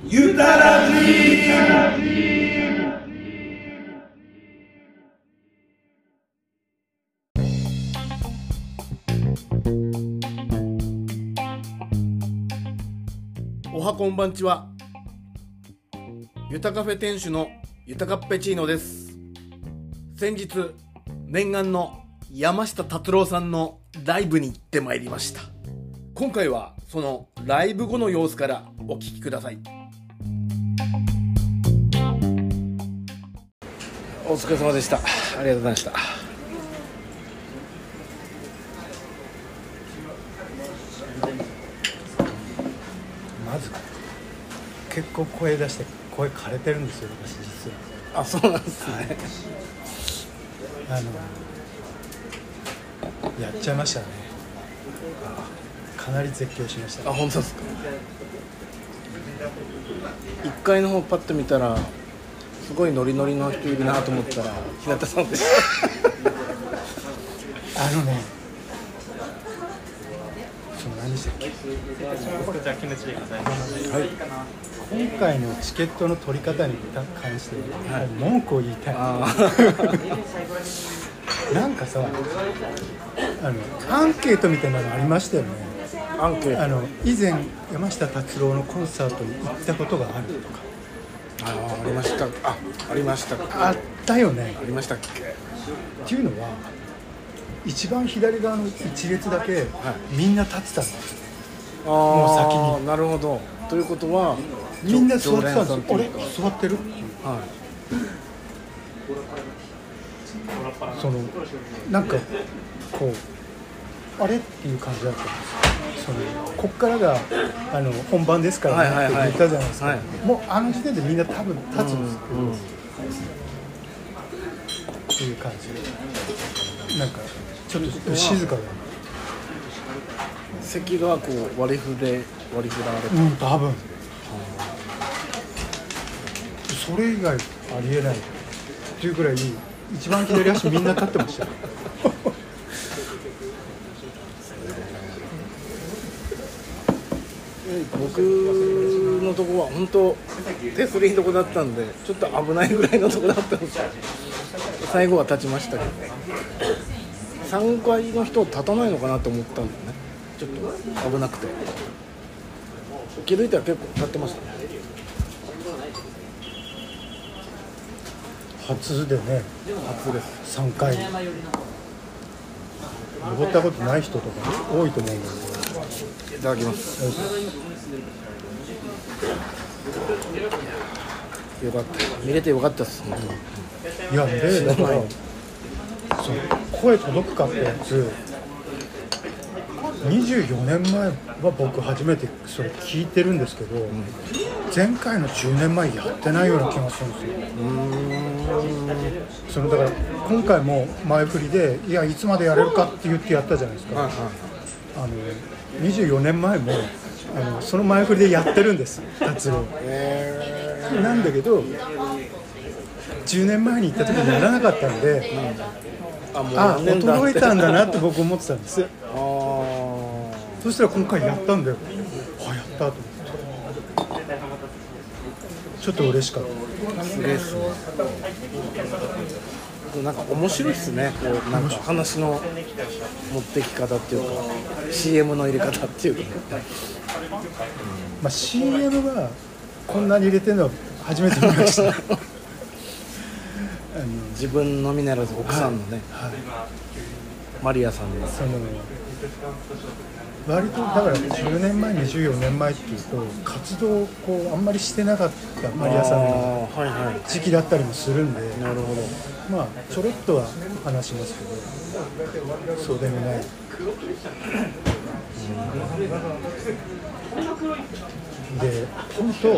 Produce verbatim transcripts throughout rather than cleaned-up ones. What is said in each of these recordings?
ゆたらじおはこんばんちは。ゆたカフェ店主のゆたかっぺチーノです。先日念願の山下達郎さんのライブに行ってまいりました。今回はそのライブ後の様子からお聞きください。お疲れ様でした。ありがとうございました。 まず結構声出して声枯れてるんですよ、私実は。あ、そうなんですね、 はい、あのやっちゃいましたね。かなり絶叫しました、ね、 あ、本当ですか。いっかいの方パッと見たらすごいノリノリの人いるなと思ったら日向さんでしたあのね、その何でしたっけ、はい、今回のチケットの取り方に関して、はい、文句を言いたい。なんかさ、あのアンケートみたいなのありましたよね。 アンケート、 あの以前山下達郎のコンサートに行ったことがあるとか。 ああ、ありました。あ、ありました。 あったよね。 ありましたっけ。 っていうのは一番左側の一列だけ、はい、みんな立ってたんです。 あ、 もう先に。 なるほど。ということはみんな座ってたんですよ。あれ座ってるっていう、はい、そのなんかこうあれっていう感じだったんですよ。そのこっからがあの本番ですからねって言ったじゃないですか、はいはいはい、もうあの時点でみんな多分立つんですけど、うんうん、っていう感じでなんかちょっと静かだな。 席がこう割り振で割り振られて、 うん、多分それ以外ありえないっていうくらい一番左足みんな立ってました僕のとこは本当手すりのとこだったんでちょっと危ないぐらいのとこだったんですよ。最後は立ちましたけど、さんがいの人立たないのかなと思ったんだよね。ちょっと危なくて気づいたら結構立ってましたね。 初でね、 初です。 さんかい登ったことない人とか多いと思うんですけど、 いただきます。よかった、見れてよかったです。 いやでだからその声届くかってやつにじゅうよねんまえは僕初めてそれ聞いてるんですけど、うん、前回のじゅうねんまえやってないような気がするんですよ。うーん、そのだから今回も前振りでいやいつまでやれるかって言ってやったじゃないですか、はいはい、あのにじゅうよねんまえもあのその前振りでやってるんです達郎、えー、なんだけどじゅうねんまえに行った時にやらなかったんで、うん、あ、もうあ衰えたんだなって僕思ってたんです。あ、そしたら今回やったんだよ。あ、やったと思ってちょっと嬉しかった。 すげえっすね。なんか面白いっすね。こうなんか話の持ってき方っていうか シーエム の入れ方っていうか、ね、 まあ、シーエム はこんなに入れてるのは初めて見ましたあの自分のみならず奥さんのね、はいはい、マリアさんのその割とだからじゅうねんまえにじゅうよねんまえっていうと活動をこうあんまりしてなかったマリアさんの時期だったりもするんで、はいはい、なるほど、まあちょろっとは話しますけどそうでもない、うん、で本当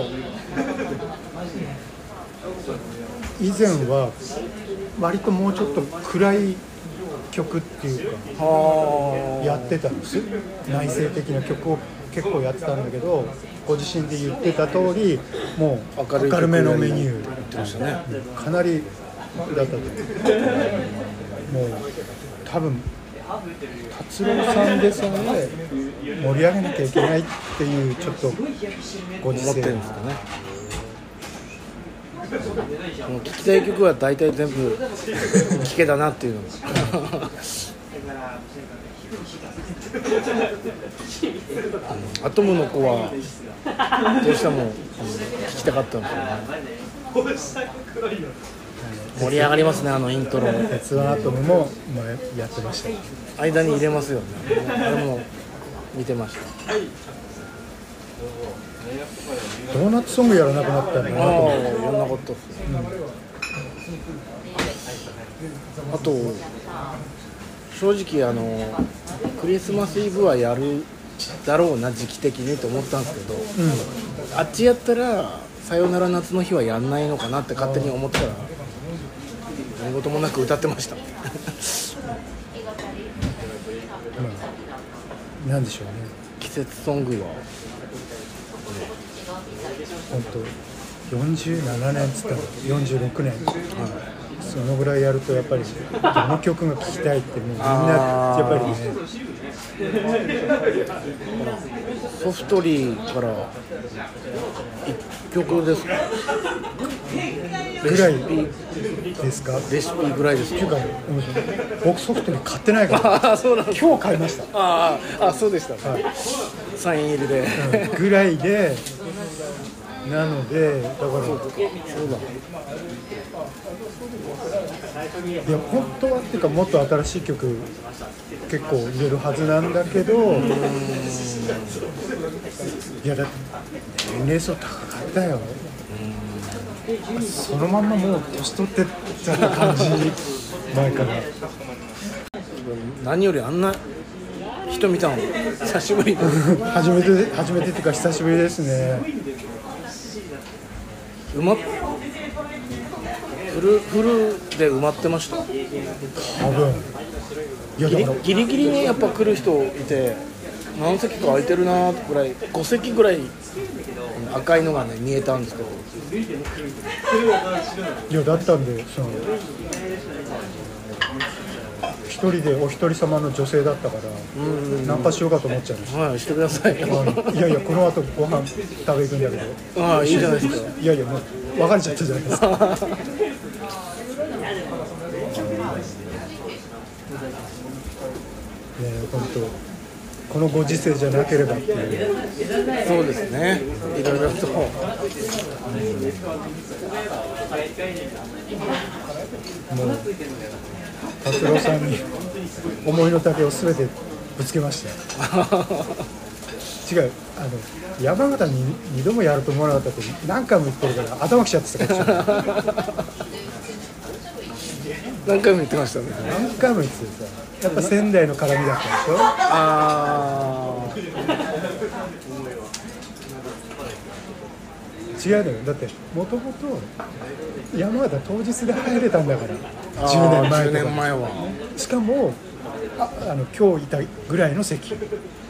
以前は割ともうちょっと暗い曲っていうかやってたんです。内省的な曲を結構やってたんだけど、ご自身で言ってた通りもう明るめのメニューってましたね。かなりだったと思う。もう多分達郎さんでさえ盛り上げなきゃいけないっていうちょっとご時世思ってるんですかね。もう聞きたい曲は大体全部聞けだなっていうのがアトムの子はどうしても聞きたかったんですよね。盛り上がりますね、あのイントロ。 鉄腕アトムも前やってました。 間に入れますよね。あれも見てました。 ドーナツソングやらなくなったんだなとああ、 思って。 やんなかったっすね。あと正直あのクリスマスイブはやるだろうな時期的にと思ったんですけど、あっちやったらさよなら夏の日はやんないのかなって勝手に思ったら何事もなく歌ってました。 まあ、なんでしょうね。 季節ソングは本当よんじゅうななねんっつったらよんじゅうろくねん、はい、そのぐらいやるとやっぱりどの曲が聴きたいってもうみんなやっぱりね。 ソフトリーからいっきょくですかぐらいですか。 レシピぐらいですか。 っていうか、うん、僕ソフトリー買ってないからあそうなんです。 今日買いました。 ああ、そうでした、ね、はい、サイン入りで、 うん、ぐらいでなのでだからそうだいや本当はっていうかもっと新しい曲結構入れるはずなんだけど、いやだって年齢層高かったよ。そのまんまもう年取ってた感じ前から。 何よりあんな人見たの久しぶり初めて初めてっていうか久しぶりですね。 埋まっフルフルで埋まってました。 多分いやギリだからギリギリにやっぱ来る人いて何席か空いてるなぐらいご席ぐらい赤いのがね見えたんですけど、 いやだったんでその一人でお一人様の女性だったからナンパしようかと思っちゃいました。 はい、してくださいよ。 いやいやこの後ご飯食べ行くんだけど、 ああ、いいじゃないですか。 いやいやもう別れちゃったじゃないですか。ねえ本当このご時世じゃなければっていう。 そうですね、いろいろともう達郎さんに思いの丈をすべてぶつけました違う、あの山形ににどもやると思わなかったって何回も言ってるから頭きちゃってたかもしれない何回も言ってましたね。 何回も言っててさ、やっぱ仙台の絡みだったでしょ。 あ違うのよ、だってもともと山形当日で入れたんだからあ、 じゅうねんまえじゅうねとかんまえはしかもああの今日いたぐらいの席へ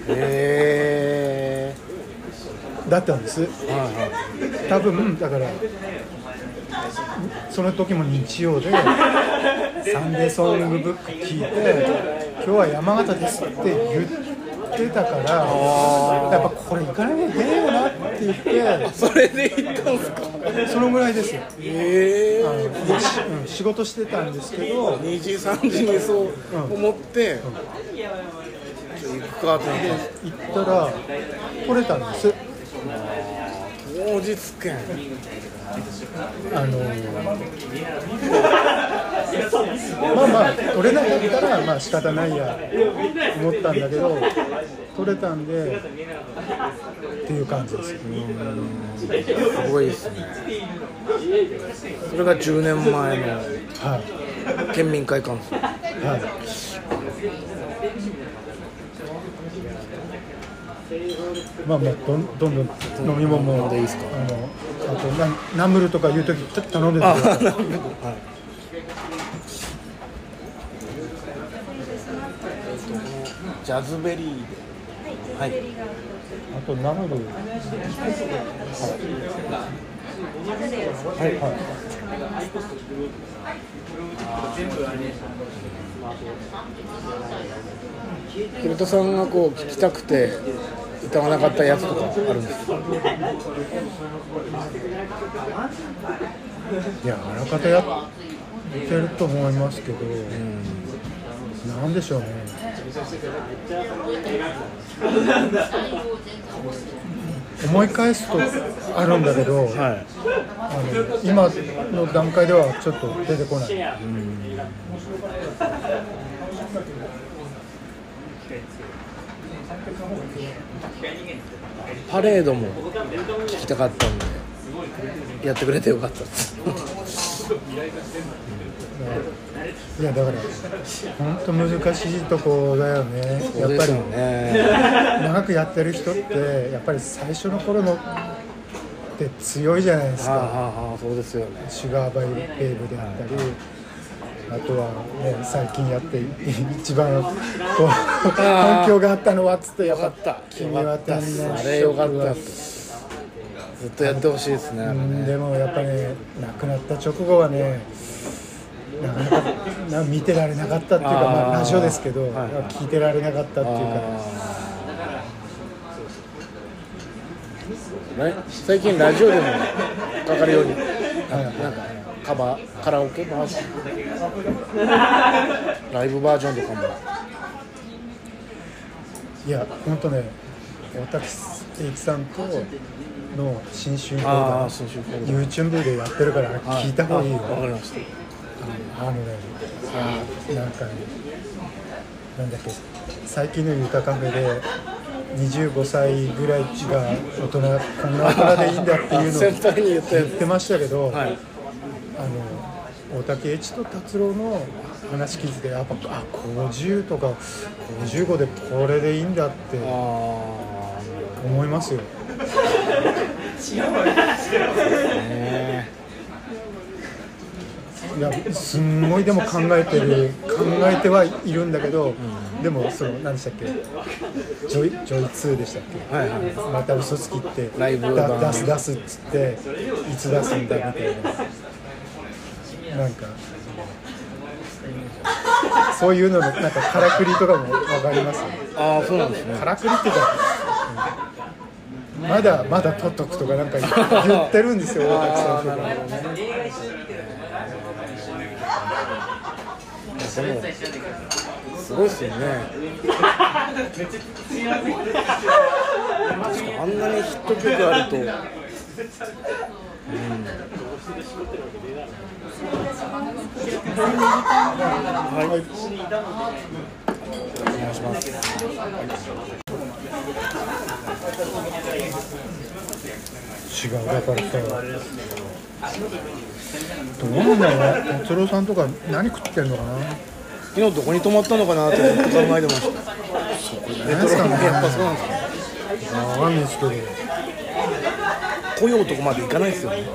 えだったんです。 ー、はいはい、 多分だからその時も日曜でサンデーソングブック聞いて今日は山形ですって言ってたから、やっぱこれ行かなきゃいけないよなって言ってそれで行ったんですか。 そのぐらいですよ。 へえあのでしうん、仕事してたんですけど、 にじさんじにそう思って、ちょっと行くかと思って行ったら取れたんです。 当日券あのまあまあ取れなかったらまあ仕方ないや思ったんだけど取れたんでっていう感じですよ。 すごいですね。それがじゅうねんまえのはい県民会館です。 はい。まあまあどんどんどん飲み物も飲んでいいですか。 あのあとナナムルとかいうときちょっと頼んでてください。 はい、ジャズベリーで、はい、 あとナムル、はい、 はいはい。 平田さんがこう聞きたくて歌わなかったやつとかあるんですか？ いや、あらかたやってると思いますけど、うん、なんでしょうね。思い返すとあるんだけど、はい、あの今の段階ではちょっと出てこない。うん、 パレードも聞きたかったんでやってくれてよかったですいやだから本当難しいとこだよね。やっぱり長くやってる人ってやっぱり最初の頃のって強いじゃないですか。 ああ、そうですよね。 シュガーバイベーブであったり、あとはね最近やって一番こう反響があったのはつってよかった君は天然あれよかったずっとやってほしいですね。あれねでもやっぱね亡くなった直後はねなかなかな見てられなかったっていうか、まあ、ラジオですけど、はいはい、聞いてられなかったっていうか、 ね、最近ラジオでもかかるように、はい、なんかカバーカラオケバージョンライブバージョンとかもいや本当ね大滝栄一さんとの新春講談 YouTube でやってるから聞いた方がいいよ。 わかりました。 あのね、あなんかね、なんだっけ、最近のゆたカフェでにじゅうごさいぐらいが大人、こんな大人でいいんだっていうのを言ってましたけど、はい、あの大竹栄一と達郎の話聞いてやっぱあごじゅうとかごじゅうごでこれでいいんだって思いますよ。いやすんごいでも考えてる考えてはいるんだけど、うん、でもその何でしたっけジョイジョイツーでしたっけ、はいはい、また嘘つきってライブだ出す出すっつっていつ出すんだみたいななんかそういうののなんかからくりとかも分かりますよね。 ああそうなんですね。 からくりっていうか、うん、まだまだ取っとくとかなんか言ってるんですよ大滝さんとか。 でもすごいっすよね。あんなにヒット曲あると、うん、はい、はい、お願いします。 違うだからさどうなんだろうね。達郎さんとか何食ってんのかな。 昨日どこに泊まったのかなってずっと考えてました。 そこじゃないですかね。 やっぱそうなんですか。 わかんないですけど来ようとこまで行かないですよね。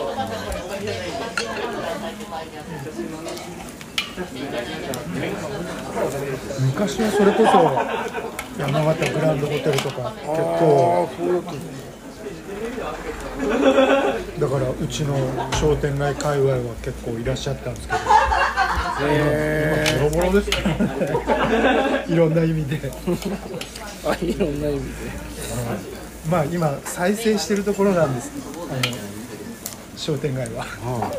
昔はそれこそ山形グランドホテルとか結構だからうちの商店街界隈は結構いらっしゃったんですけど、 へー、 今ボロボロですからいろんな意味であいろんな意味でまあ今再生してるところなんです。あの商店街は、はあ、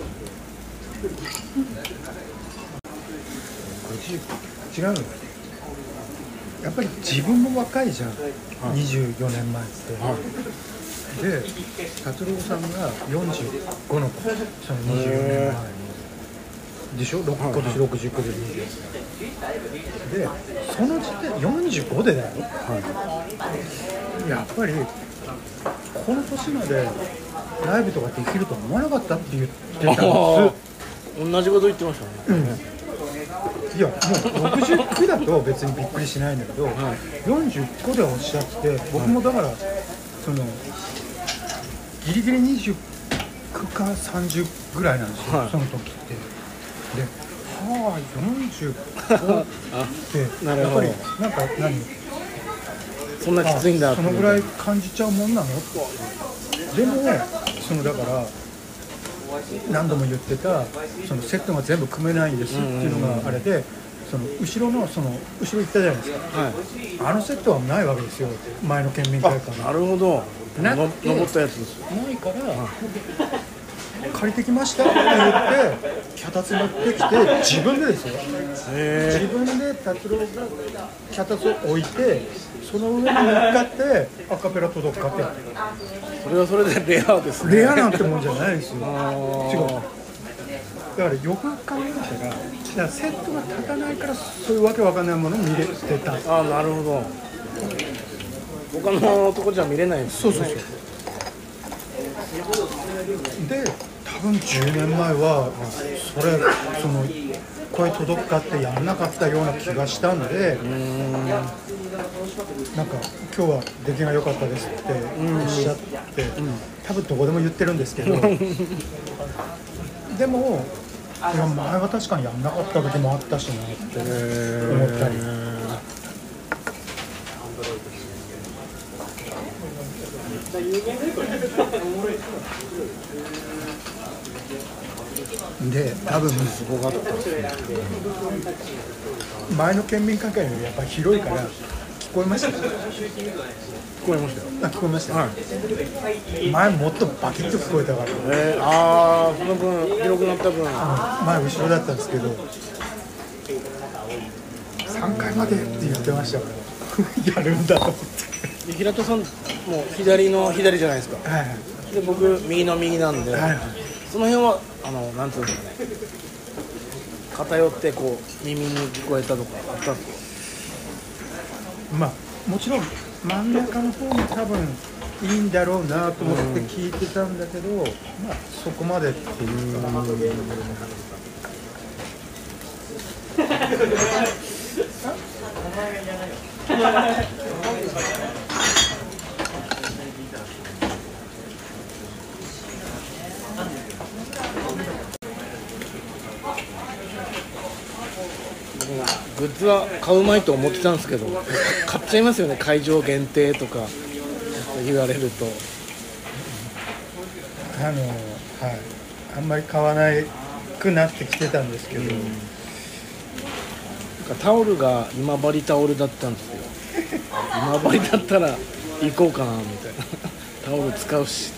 違うのやっぱり自分も若いじゃん、はあ、にじゅうよねんまえって、はあ、で達郎さんがよんじゅうごの子、そのにじゅうよねんまえでしょ、今年ろくじゅっこでにじゅうでその時点よんじゅうごでだよ、はい、やっぱりこの年までライブとかできると思わなかったって言ってたんです。 同じこと言ってましたね、 うん、いやもうろくじゅっこだと別にびっくりしないんだけど、はい、よんじゅっこでおっしゃって僕もだから、はい、そのギリギリにじゅっこかさんじゅうぐらいなんですよ、はい、その時ってで、はあよんじゅっこってやっぱりなんか何そんなきついんだそのぐらい感じちゃうもんなの。でもそのだから何度も言ってたそのセットが全部組めないんですっていうのがあれで、その後ろのその後ろ行ったじゃないですか、 はい、 あのセットはないわけですよ、前の県民会館あなるほど、 なの登ったやつですよ。 ないから借りてきましたって言って脚立持ってきて自分でですよ、自分で達郎が脚立を置いてその上に乗っかってアカペラ届くかってやってる。 それはそれでレアですね。 レアなんてもんじゃないですよ。違う。 あだからよく考えたら、だからセットが立たないからそういうわけわかんないものを見れてた。 ーあー、なるほど。他のとこじゃ見れないんですよね。 そうそうそう。で、多分じゅうねんまえはそれその声届くかってやんなかったような気がしたんで、うーんなんか今日は出来が良かったですっておっしゃって、うん、多分どこでも言ってるんですけど、でもいや前は確かにやんなかった時もあったしなって思ったり。で、多分すごかったですね。前の県民会館よりやっぱり広いから聞こえました。聞こえましたよ。 あ、聞こえました。 はい、 前もっとバキッと聞こえたから。 えー、ああ、その分広くなった分。 前後ろだったんですけど、さんかいまでって言ってましたからやるんだと思って。 平田さんも左の左じゃないですか。 はいはい、 で僕右の右なんで、はいはい、その辺はあのなんていうんですかね、偏ってこう耳に聞こえたとかあったんですか。 まあもちろん真ん中の方も多分いいんだろうなと思って聞いてたんだけど、うん、まあそこまでっていうか。 グッズは買うまいと思ってたんですけど、買っちゃいますよね、会場限定とか言われると。 あの、はい、あんまり買わなくなってきてたんですけど、うん、なんかタオルが今治タオルだったんですよ。今治だったら行こうかなみたいな。タオル使うし。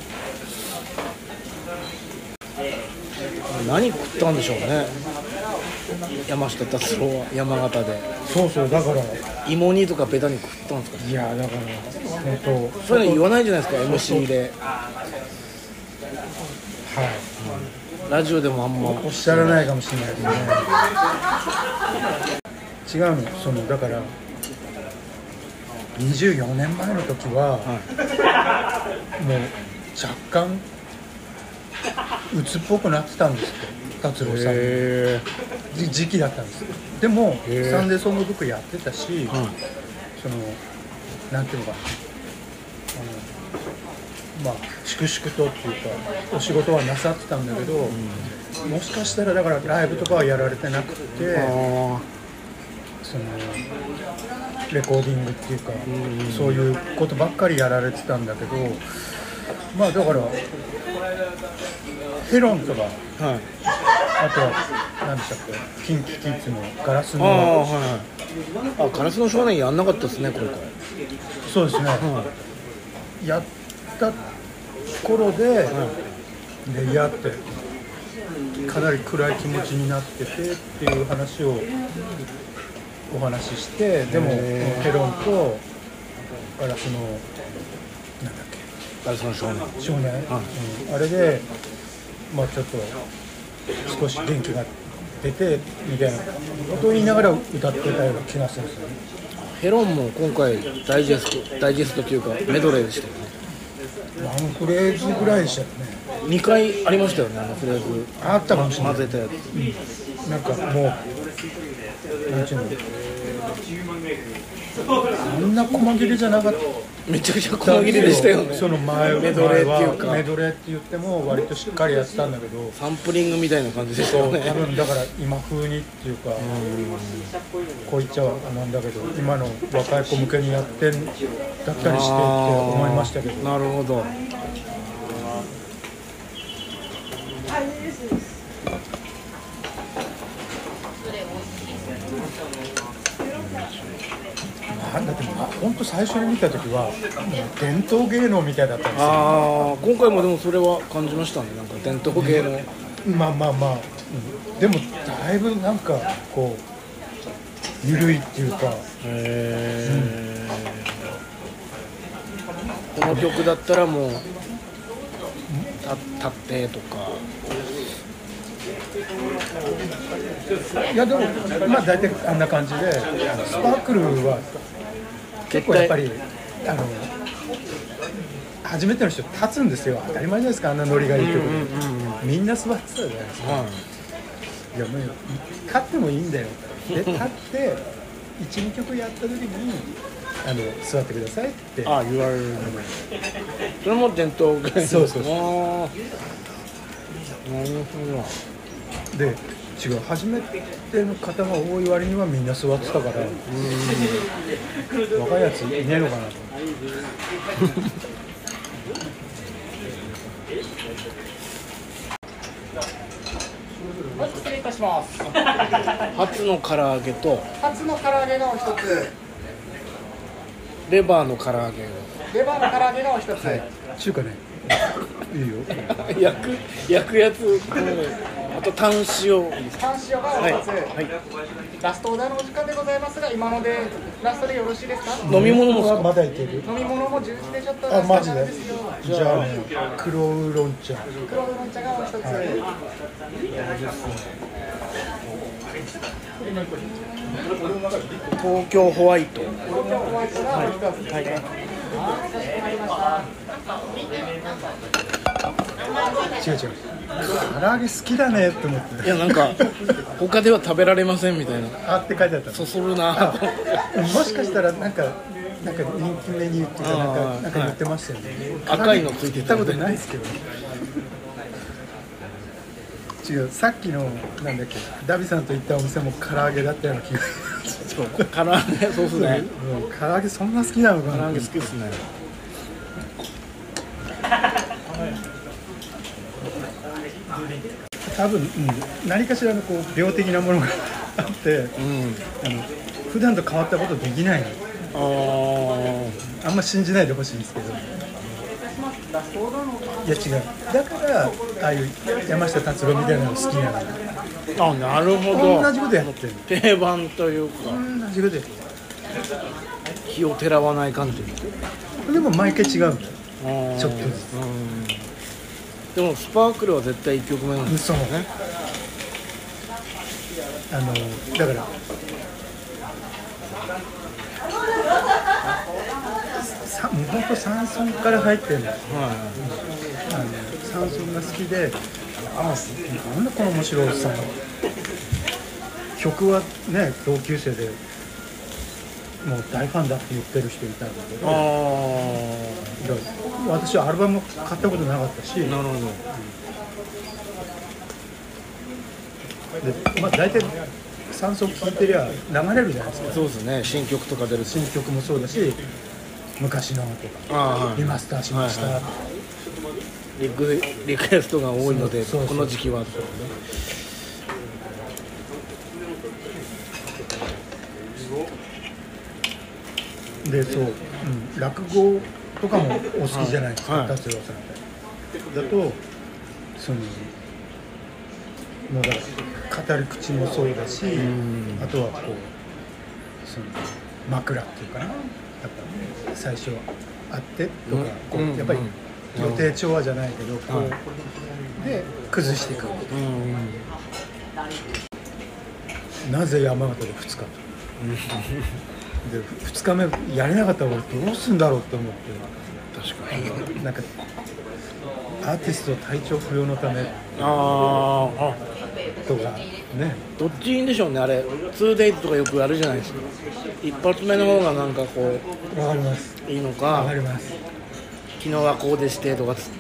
何食ったんでしょうね、山下達郎は山形で。 そうそう、だから芋煮とかベタに食ったんですかね。 いやだから本当そういうの言わないじゃないですか エムシー で。 はい、 うん、ラジオでもあんまおっしゃらないかもしれないですね。違うの、そのだからにじゅうよねんまえの時は、はい、もう若干鬱っぽくなってたんですって達郎さんの時期だったんです。でもサンデーソングブックやってたし、うん、そのなんていうのかな、あのまあ粛々とっていうかお仕事はなさってたんだけど、うん、もしかしたらだからライブとかはやられてなくて、そのレコーディングっていうか、うん、そういうことばっかりやられてたんだけど、まあだからヘロンとか、はい、あとは何でしたっけ、キンキキッズのガラスの、あ、はいはい、 あ、ガラスの少年やんなかったですね今回。 そうですね、はい、やった頃で、はい、でやってかなり暗い気持ちになっててっていう話をお話しして、でもヘロンとガラスのなんだっけ、 ガラスの少年少年、はい、うん、あれでまあちょっと少し元気が出てみたいなことを言いながら歌ってたような気がするんですよね。 ヘロンも今回ダイジェストダイジェストというかメドレーでしたよね。 ワンフレーズぐらいでしたよね。 にかいありましたよね、あのフレーズ。 あったかもしれない。 混ぜたやつ、 うん、なんかもうなんちゅうの、あんな細切れじゃなかった。 めちゃくちゃ細切れでしたよね。 その前メドレーっていうか、 メドレーって言っても割としっかりやってたんだけど、 サンプリングみたいな感じでしたよね。 多分だから今風にっていうか、うん、こう言っちゃなんだけど今の若い子向けにやってんだったりしてって思いましたけど。 なるほど。 なんだって本当最初に見た時はもう伝統芸能みたいだったんですよ。 ああ、今回もでもそれは感じましたね。なんか伝統芸能、 まあまあまあ、うん、でもだいぶなんかこう緩いっていうか、 へー、うん、この曲だったらもうた立ってとか、 いやでもまあ大体あんな感じで、スパークルは結構やっぱりあの初めての人立つんですよ。当たり前じゃないですか、あんなノリがいい曲で、うんうんうんうん、みんな座ってたじゃないですか、はい、いやもう立ってもいいんだよで立っていち、にきょくやった時にあの座ってくださいってああ言われる、それも伝統芸能。 そうそうそう、 なるほど。 で違う、初めての方が多い割にはみんな座ってたから、うん、若いやついねえのかなと失礼いたします。 初の唐揚げと初の唐揚げがお一つ、 レバーの唐揚げレバーの唐揚げがお一つ、はい、 中華ねいいよ焼く焼くやつ、あとタン塩タン塩がお一つ、 はいはい、 ラストオーダーのお時間でございますが、今のでラストでよろしいですか？ 飲み物もはまだいける？ 飲み物も十字でちょっとあ、マジで？ ですよ。 じゃあね、黒ウーロン茶、 黒ウーロン茶がお一つ、はい、 東京ホワイト、 東京ホワイトがお一つですね。はい、はい、かしこまりました。 違う違う、唐揚げ好きだねって思って、 いやなんか他では食べられませんみたいなあって書いてあったの。 そそるなもしかしたらなんかなんか人気メニューっていうかなんかなんか言ってましたよね。 赤いのついてたことないですけど。違う、さっきのなんだっけ、ダビさんと行ったお店も唐揚げだったような気がする。 唐揚げ、そうですね。 うん、唐揚げそんな好きなのかな。 唐揚げ好きですね。 多分、うん、何かしらのこう病的なものがあって、うん、あの普段と変わったことできないの。あ, あんま信じないでほしいんですけど。いや違う、だからああいう山下達郎みたいなの好きなの。 あ、なるほど。 同じことやってる。 定番というか同じことやってる。 気をてらわない感じでも毎回違うんだよ、ちょっとずつ。 でもスパークルは絶対いっきょくめなんですよね。 あのだからさもうほんと山村から入ってるんだよ、はい、あの山村が好きで、あなんだこの面白いおっさん、曲はね同級生でもう大ファンだって言ってる人いたんだけど、あだから私はアルバム買ったことなかったし。なるほど。で、まあ、大体山村聴いてりゃ流れるじゃないですか。 そうですね、新曲とか出る、 新曲もそうだし昔のとか、はい、リマスターしました、はいはい、 リク、リクエストが多いので、そうそうそう、この時期はとかね。 でそう、うん、落語とかもお好きじゃないですか、達郎さんって。だとそのもうだから語り口もそうだし、あとはこうその枕っていうかな、やっぱ最初あってとか、こうやっぱり予定調和じゃないけどこうで崩していく。なぜ山形でふつかと。でふつかめやれなかったら俺どうするんだろうって思って。確かになんかアーティスト体調不良のためああとかね、 どっちいいんでしょうね、あれ ツーデイズ とかよくあるじゃないですか。一発目の方がなんかこうわかりますいいのか、 わかります、 昨日はこうでしてとかつって、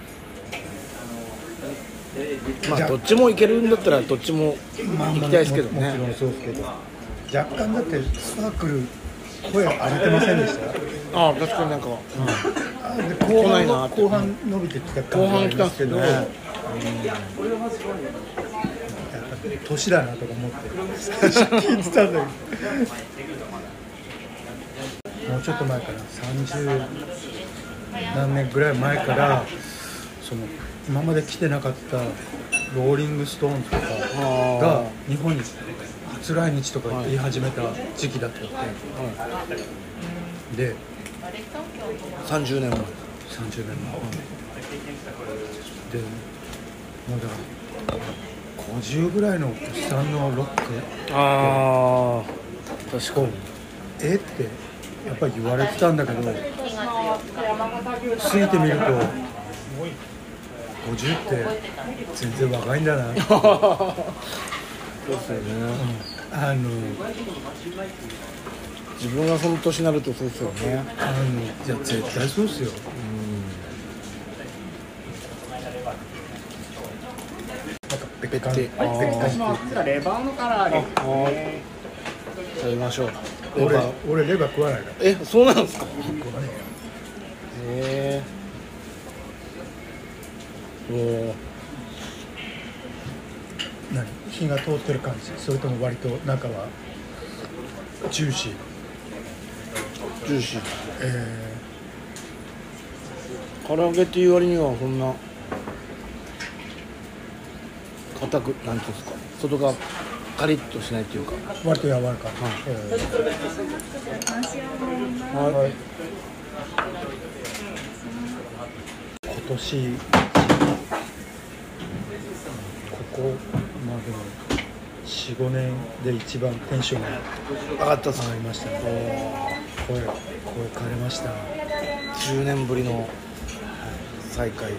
まあどっちもいけるんだったらどっちも行きたいですけどね。 もちろんそうですけど、若干だってスパークル声上げてませんでした？ ああ確かになんか、うん、 で後半後半伸びてきた感じなんですけど、ね、 年だなとか思って聞いてたんだけどもうちょっと前からさんじゅう何年ぐらい前からその今まで来てなかったローリングストーンズとかが日本に初来日とか言い始めた時期だったって、はい、でさんじゅうねんまえさんじゅうねんまえ、でまだごじゅうぐらいのおっさんのロック、 ああ確かにえってやっぱり言われてたんだけど、過ぎてみるとごじゅうって全然若いんだなってそうですよね、 うん、あの自分がその年になるとそうですよね。 あのいや絶対そうですよ、うん、なんか別館別館失礼いたします。レバーのカラーですね。 食べましょう。 俺俺レバー食わないから。 え、そうなんですか。 食わないよ。 へえ。おお。 何？火が通ってる感じ？それとも割と中はジューシー？ ジューシー。 えー、唐揚げっていう割にはこんな硬くなんていうんですか。外がカリッとしないっていうか。 割と柔らかい。はい。えー、はい。今年ここまでのよん、ごねんで一番テンションが上がったっす上がりましたね。声声枯れました。 じゅうねんぶりの再会。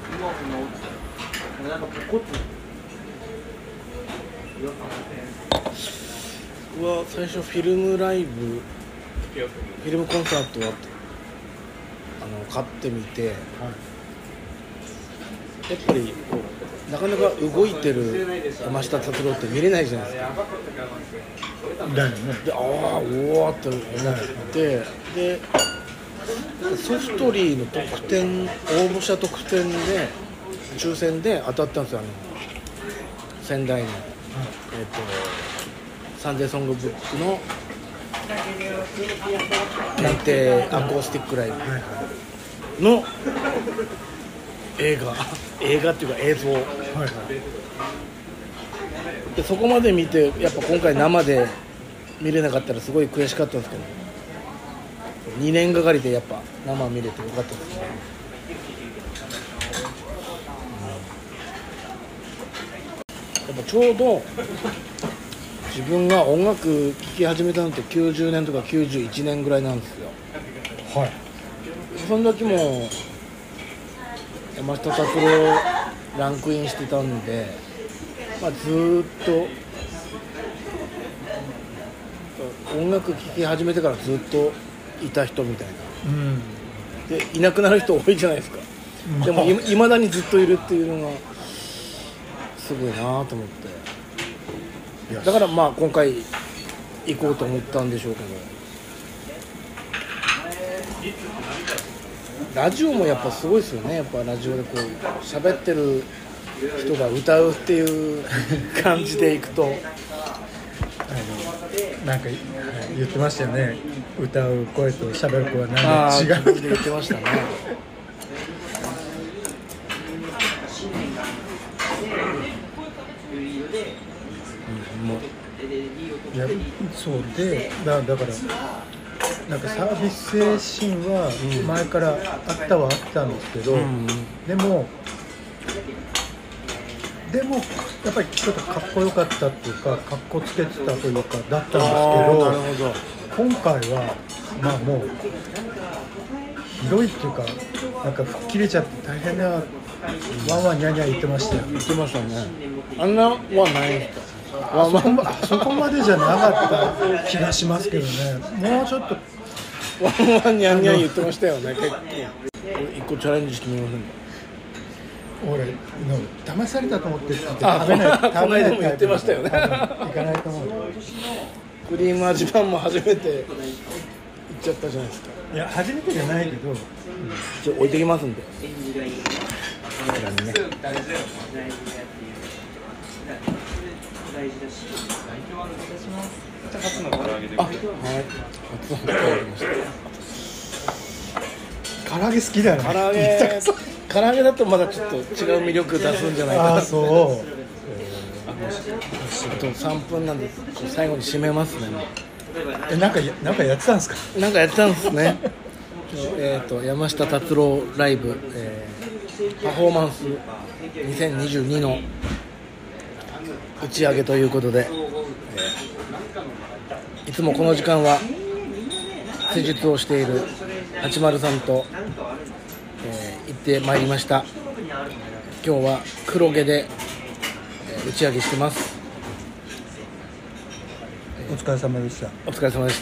僕は最初フィルムライブフィルムコンサートをあの買ってみて、はい、やっぱりこうなかなか動いてる山下達郎って見れないじゃないですか。 だよね。 で、ああおおって思ってでソフトリーの特典応募者特典で抽選で当たったんですよ。あの仙台の、はい、えっとサンデーソングブックの限定アコースティックライブの映画映画っていうか映像、はいはい、でそこまで見てやっぱ今回生で見れなかったらすごい悔しかったんですけどにねんがかりでやっぱ生見れてよかったですね。やっぱちょうど自分が音楽聴き始めたのってきゅうじゅうねんとかきゅうじゅういちねんぐらいなんですよ。 はい。 その時も山下達郎ランクインしてたんで、まあ、ずーっと音楽聴き始めてからずっといた人みたいな、うん、でいなくなる人多いじゃないですか、まあ、でもいまだにずっといるっていうのがすごいなと思って、だからまあ今回行こうと思ったんでしょうけど、ラジオもやっぱすごいですよね。やっぱラジオでこう喋ってる人が歌うっていう感じでいくとあのなんか言ってましたよね。歌う声と喋る声は何で違うって言ってましたね。 いやそうで だ, だからなんかサービス精神は前からあったはあったんですけど、うん、でもでもやっぱりちょっとかっこよかったっていうかかっこつけてたというかだったんですけど、 なるほど今回はまあもうひどいっていうかなんか吹っ切れちゃって大変なわんわんにゃにゃ言ってましたよ。 言ってましたね。あんなはないんですか。 あそこまあそこまでじゃなかった気がしますけどね。もうちょっとワンワンにゃんにゃん言ってましたよね。結構一個チャレンジしてみませんか。 俺の騙されたと思ってって食べない食べないこの間も言ってましたよね。 行かないと思う。 クリーム味パンも初めて行っちゃったじゃないですか。 いや初めてじゃないけど、うん、 ちょ置いてきますんで。 ちらにね。 じゃあ初の唐揚げで。 あ、はい。初の唐揚げました。 唐揚げ好きだよね。 唐揚げ、唐揚げだとまだちょっと違う魅力出すんじゃないかな。 ああそう。 あとさんぷんなんで最後に締めますね。もうえなんかやなんかやってたんですか。 なんかやってたんですね。えっと山下達郎ライブ、えー、パフォーマンスにせんにじゅうにの打ち上げということで、えー、いつもこの時間は施術をしているはちまるさんと、えー、行ってまいりました。今日は黒毛で、えー、打ち上げしてます。 お疲れ様でした。 お疲れ様でした。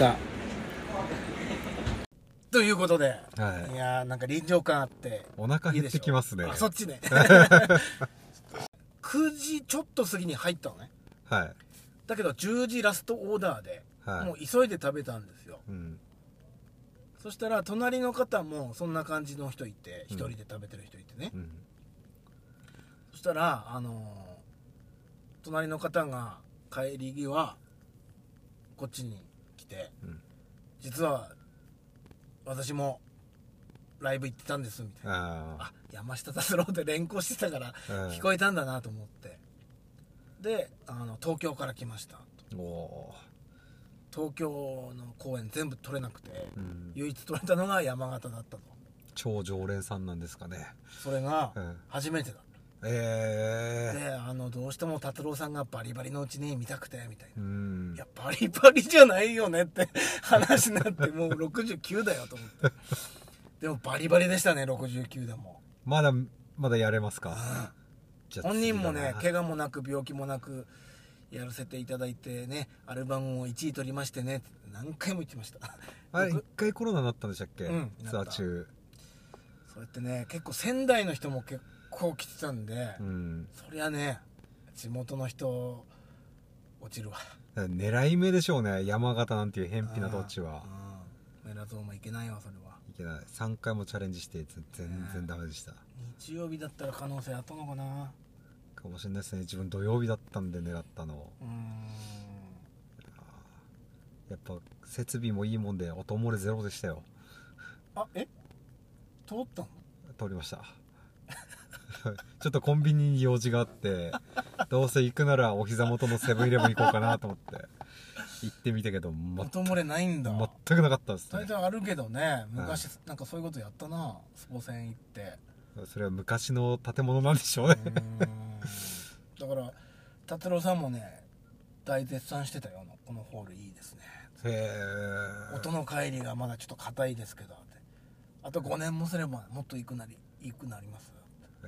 ということで、 はい、 いやーなんか臨場感あってお腹減ってきますね。 いいあそっちねくじちょっと過ぎに入ったのね。 はい。 だけどじゅうじラストオーダーで、 はい、 もう急いで食べたんですよ、 うん、 そしたら隣の方もそんな感じの人いて、一人で食べてる人いてね、うん、そしたらあのー、隣の方が帰り際こっちに来て、うん、実は私もライブ行ってたんですみたいな。ああ、山下達郎で連行してたから聞こえたんだなと思って、であの東京から来ましたと。お東京の公演全部取れなくて、うん、唯一取れたのが山形だったと。 超常連さんなんですかね。 それが初めてだった。 えー、 であのどうしても達郎さんがバリバリのうちに見たくてみたいな、うん、いやバリバリじゃないよねって話になってもうろくじゅうきゅうだよと思ってでもバリバリでしたね。ろくじゅうきゅうでもまだまだやれますか、うん、 じゃ本人もね怪我もなく病気もなくやらせていただいてね、アルバムをいちい取りましてねって何回も言ってましたあれいっかいコロナになったんでしたっけ、うん、ツアー中。 そうやってね結構仙台の人も結構来てたんで、うん、そりゃね地元の人落ちるわ。 狙い目でしょうね、山形なんていう偏僻な土地は。 メラゾーもいけないわそれは。 いけない。さんかいもチャレンジして全然ダメでした、ね、 日曜日だったら可能性あったのかな。 かもしれないですね。自分土曜日だったんで狙ったの。うーん、やっぱ設備もいいもんで音漏れゼロでしたよ。 あ、え通ったの？ 通りましたちょっとコンビニに用事があってどうせ行くならお膝元のセブンイレブン行こうかなと思って行ってみたけど音漏れないんだ。 全くなかったですね。 大体あるけどね昔、はい、なんかそういうことやったな。スポセン行ってそれは昔の建物なんでしょうね。うーんだから達郎さんもね大絶賛してたよ。このホールいいですね。へー音の帰りがまだちょっと硬いですけどあとごねんもすればもっといいくなりいいくなります。へ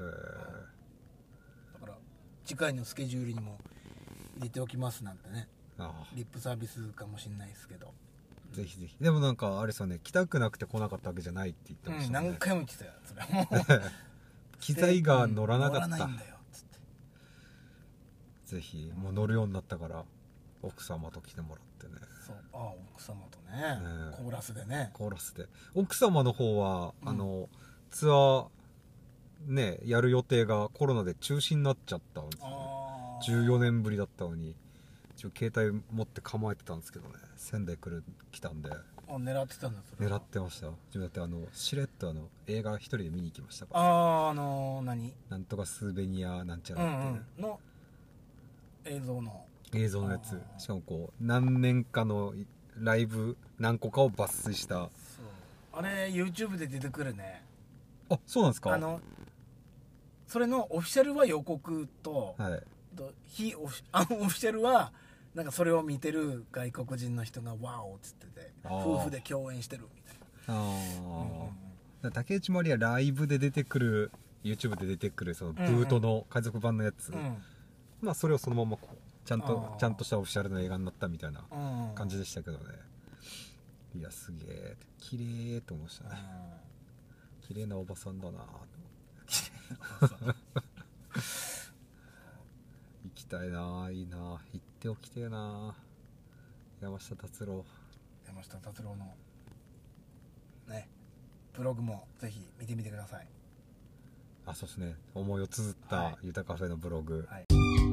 ーだから次回のスケジュールにも入れておきますなんてね。ああリップサービスかもしれないですけどぜひぜひ。でもなんかあれですよね、来たくなくて来なかったわけじゃないって言ってましたね、 うん、何回も言ってたよそれも機材が乗らなかった、うん、乗らないんだよつってぜひもう乗るようになったから奥様と来てもらってね。 そう、ああ奥様とね、ねコーラスでねコーラスで奥様の方は、うん、あのツアーねやる予定がコロナで中止になっちゃったんですよね。じゅうよねんぶりだったのに一応携帯持って構えてたんですけどね、仙台来る来たんで。 あ狙ってたんだそれ。 狙ってました。自分だってあのしれっとあの映画一人で見に行きましたから。 あああのー、何なんとかスーベニアなんちゃらって、うんうん、 の映像の映像のやつ。しかもこう何年かのライブ何個かを抜粋した。そうあれ YouTube で出てくるね。 あ、そうなんですか。 あのそれのオフィシャルは予告と、はい、と非オフィあのオフィシャルはなんかそれを見てる外国人の人がワオっつってて夫婦で共演してるみたいな。あ、 うん、竹内まりやライブで出てくる YouTube で出てくるそのブートの海賊版のやつ、うんうん、まあそれをそのままこうちゃんとちゃんとしたオフィシャルの映画になったみたいな感じでしたけどね。いやすげえ綺麗と思いましたね。綺麗なおばさんだなと思って行きたいな。いいな。行っておきてえな。山下達郎山下達郎のねブログもぜひ見てみてください。 あ、そうですね、思いを綴ったゆたカフェのブログ、 はい、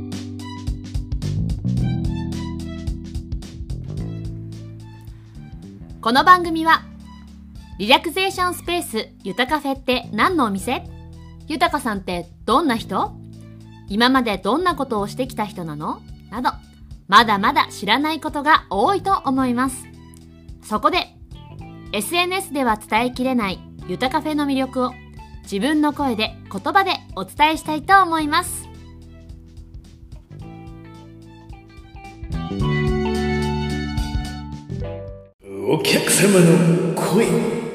この番組はリラクゼーションスペースゆたカフェって何のお店？ゆたかさんってどんな人？今までどんなことをしてきた人なの？など、まだまだ知らないことが多いと思います。そこで エスエヌエス では伝えきれないゆたカフェの魅力を自分の声で言葉でお伝えしたいと思います。 お客様の声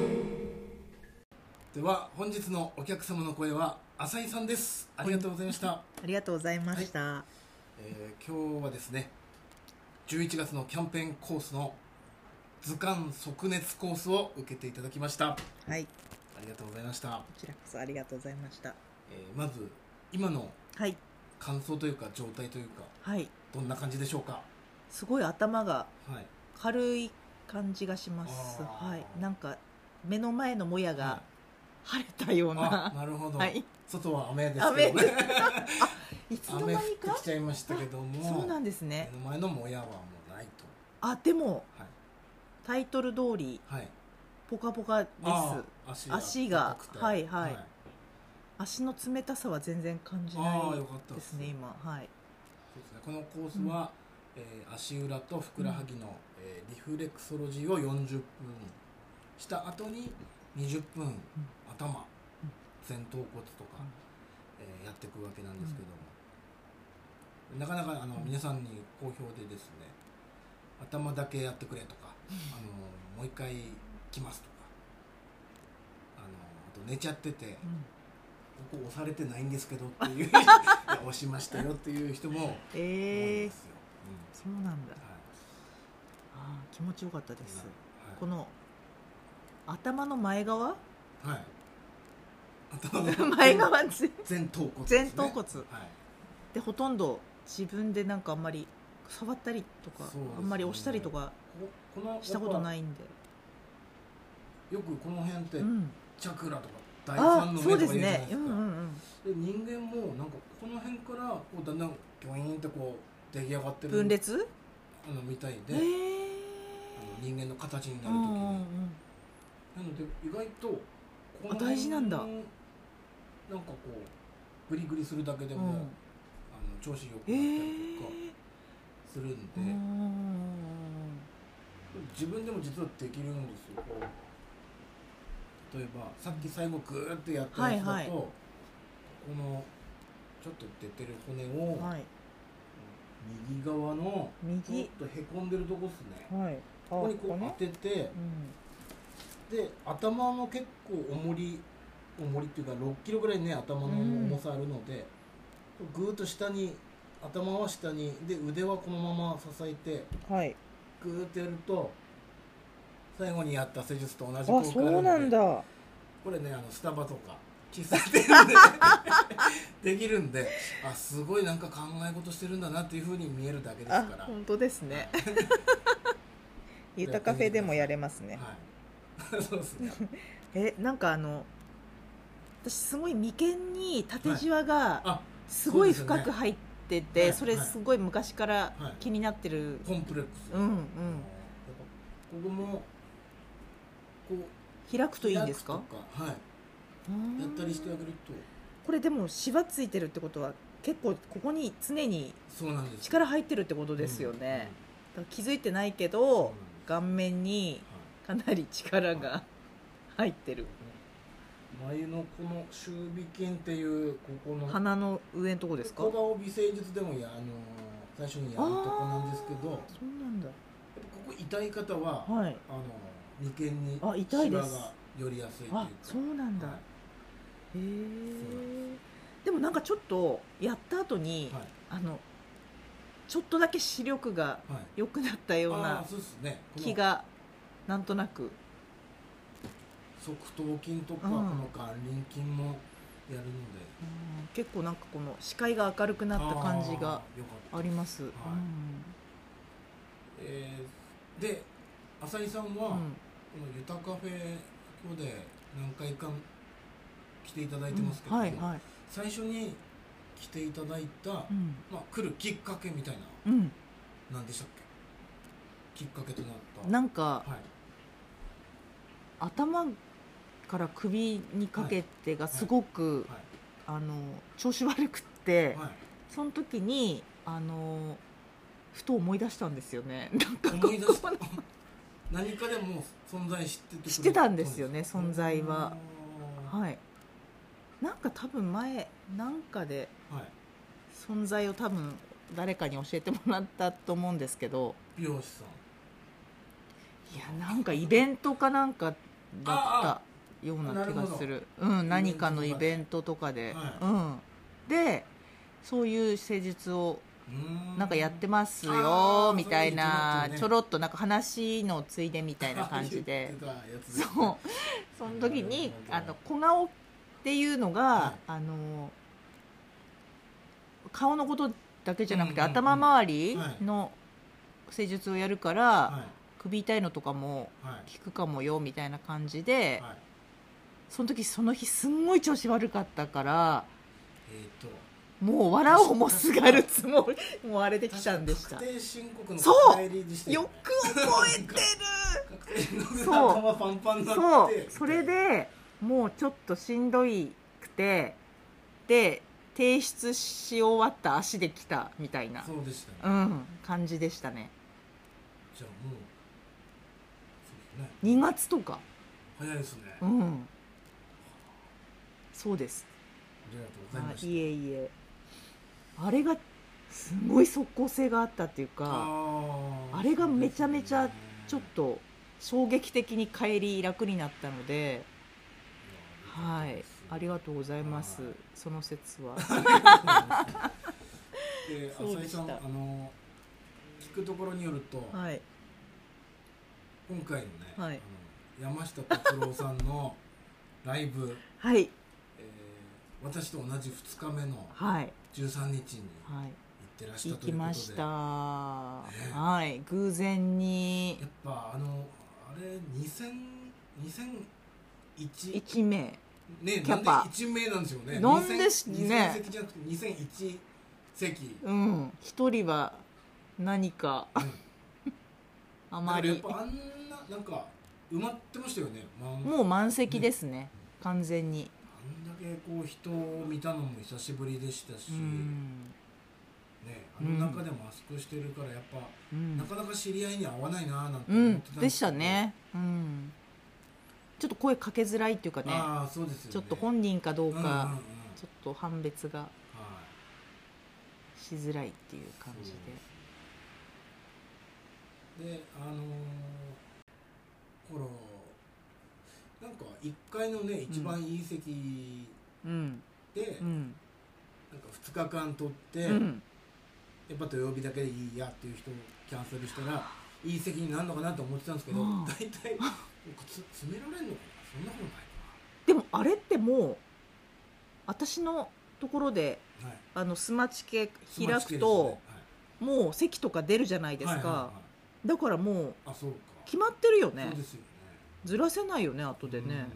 では、本日のお客様の声は浅井さんです。ありがとうございました。 ありがとうございました、 はい、えー、今日はですね、じゅういちがつのキャンペーンコースの図鑑即熱コースを受けていただきました。 はい、 ありがとうございました。こちらこそありがとうございました。 えー、まず今のはい感想というか状態というか、 はい、 どんな感じでしょうか？ すごい頭がはい、 軽い感じがします。はい、なんか目の前のもやが晴れたような、 はい、なるほど、 はい、 外は雨ですけどね。 あ、いつの間にか雨降ってきちゃいましたけども、 そうなんですね。 目の前のもやはもうないと。 あ、でも、 はい、 タイトル通り、 はい、 ポカポカです。 足が足がはいはい、 はい、 足の冷たさは全然感じないですね今。はい、 そうですね、このコースは、うん、えー、足裏とふくらはぎの、うん、えー、リフレクソロジーをよんじゅっぷんした後ににじゅっぷん、うん、頭、うん、前頭骨とか、うん、えー、やっていくわけなんですけども、うん、なかなかあの、うん、皆さんに好評でですね、頭だけやってくれとか、うん、あのもう一回来ますとか、あのあと寝ちゃってて、うん、ここ押されてないんですけどっていういや押しましたよっていう人も多いんですよ。 えー、うん、そうなんだ、はい、あ、気持ちよかったです、はい、この頭の前側、はい、 頭の前側前頭骨、 前頭骨、 はい、 でほとんど自分でなんかあんまり触ったりとか、ね、あんまり押したりとかしたことないんで、 よくこの辺って、うん、チャクラとか第三の目とか言うじゃないですか。で人間もなんかこの辺からこうだんだんギョイーンってこう出来上がってる分裂あのみたいで、あの人間の形になるときに、うんうんうん、なので意外とこの大事なんだ。 なんかこうグリグリするだけでも、うん、あの調子よくなったりとかするんで、えー、自分でも実はできるんですよ。こう例えばさっき最後グーってやったやつだと、はいはい、このちょっと出てる骨を、はい、右側のちょっとへこんでるとこですね、はい、ここにこう当てて、うん、で頭も結構重り重りっていうかろっキロぐらいね、頭の重さあるので、うん、グーッと下に、頭は下にで腕はこのまま支えて、はい、グーッてやると最後にやった施術と同じ効果があるんで。あ、 そうなんだ。 これね、あのスタバとか喫茶店でできるんで、あ、すごいなんか考え事してるんだなっていう風に見えるだけですから。 本当ですね。ゆたカフェでもやれますね。 はい。そうですね。 え、なんかあの私すごい眉間に縦じわがすごい深く入ってて、はい、それすごい昔から気になってる、はい、 コンプレックス。 うんうん。 ここもこう開くといいんですか？ はい、やったりしてあげると。 これでもしわついてるってことは結構ここに常に力入ってるってことですよね。だから気づいてないけど顔面にかなり力が入ってる。 眉のこの周鼻筋っていうここの鼻の上のとこですか？ 小顔美声術でもやあの最初にやるとこなんですけど。 そうなんだ。 ここ痛い方は、はい、あの眉間にあ痛いです。 シワが寄りやすいというか。あ、 そうなんだ。はい、へえ。でもなんかちょっとやった後に、はい、あのちょっとだけ視力が良くなったような気がなんとなく。 側頭筋とか、うん、この眼輪筋もやるので、 うん、結構なんかこの視界が明るくなった感じがあります。はい、うん、 えー、で浅井さんは、うん、このゆたカフェここで何回か来来ていただいてますけど、 はいはい、 最初に来ていただいた、 うんまあ、来るきっかけみたいな、 うん、 何でしたっけ、きっかけとなった。 なんか、 はい、 頭から首にかけてがすごく、 はいあの調子悪くって、 はい、 その時にあのふと思い出したんですよね。なんか思い出した何かでも存在知っててくれ知ってたんですよね、存在は。 あはい、なんか多分前なんかでーはい、 存在を多分誰かに教えてもらったと思うんですけど、 美容師さん、 いやなんかイベントかなんかだっあたような気なるほどがする。うん、何かのイベントとかで、 はいうん、でそういう施術をうーんなんかやってますあーよみたいな、 そういうのちょっとねちょろっとなんか話のついでみたいな感じで言ってたやつですねそうその時にあなるほどの小顔っていうのが、 はいあの顔のことだけじゃなくて、 うんうんうん頭周りの施術をやるから、 は首痛いのとかもいはい効くかもよみたいな感じで、 はい、 その時その日すんごい調子悪かったからえーともう笑おうもすがるつもりもうあれできたんでした。 確か確定申告のそう帰りでしたよねく覚えてる確定申告そうの頭パンパンになってそうそれでもうちょっとしんどいくてで提出し終わった足で来たみたいな、 そうでしたね、 うん、感じでしたね。 じゃあもうそうですね、 にがつとか、 早いですね、 うあん、そうです。 りがとうございあました。 いえいえあれがすごい即効性があったっていうか、 あーあれがめちゃめちゃそうですねちょっと衝撃的に帰り楽になったので、 いやはい、ありがとうございます。 はいその説は。 でそうでした浅井さん、あの聞くところによると、 はい、 今回のね、 はいあの山下達郎さんのライブ、 はい、 えー私と同じふつかめのはい、 じゅうさんにちにはい、 行ってらした行ということで、 きました。 ねはい、偶然にやっぱあのあれにせん、にせんいち一名。 ね、 キャパなんでいち名なんでしょうね。 なんですねにせん席じゃなくてにせんいち席。 うん、一人は何かあまりだからやっぱあんななんか埋まってましたよね。まあ、 もう満席ですね、完全に。 あんだけこう人を見たのも久しぶりでしたし、 うん、 ね、あの中でもマスクしてるからやっぱ、 うんなかなか知り合いに会わないななんてうん思ってたんでしですけど、 たね、うん、ちょっと声かけづらいっていうかね、 ああそうですよね。 ちょっと本人かどううんうんうんかちょっと判別がはいしづらいっていう感じで。 であのー、ほらなんかいっかいのね一番いい席うんで、 うんなんかふつかかん取って、 うんやっぱ土曜日だけでいいやっていう人をキャンセルしたらいい席になるのかなと思ってたんですけど、 うん大体つ詰められるのかな、そんなことないでもあれってもう私のところでかな。はい、 あのスマチケ開スマチケですくと、 ねもう席とか出るじゃないですか、 はいはいはいはいだからもうあそうか決まってるよねそうですよね。 ずらせないよね後でね、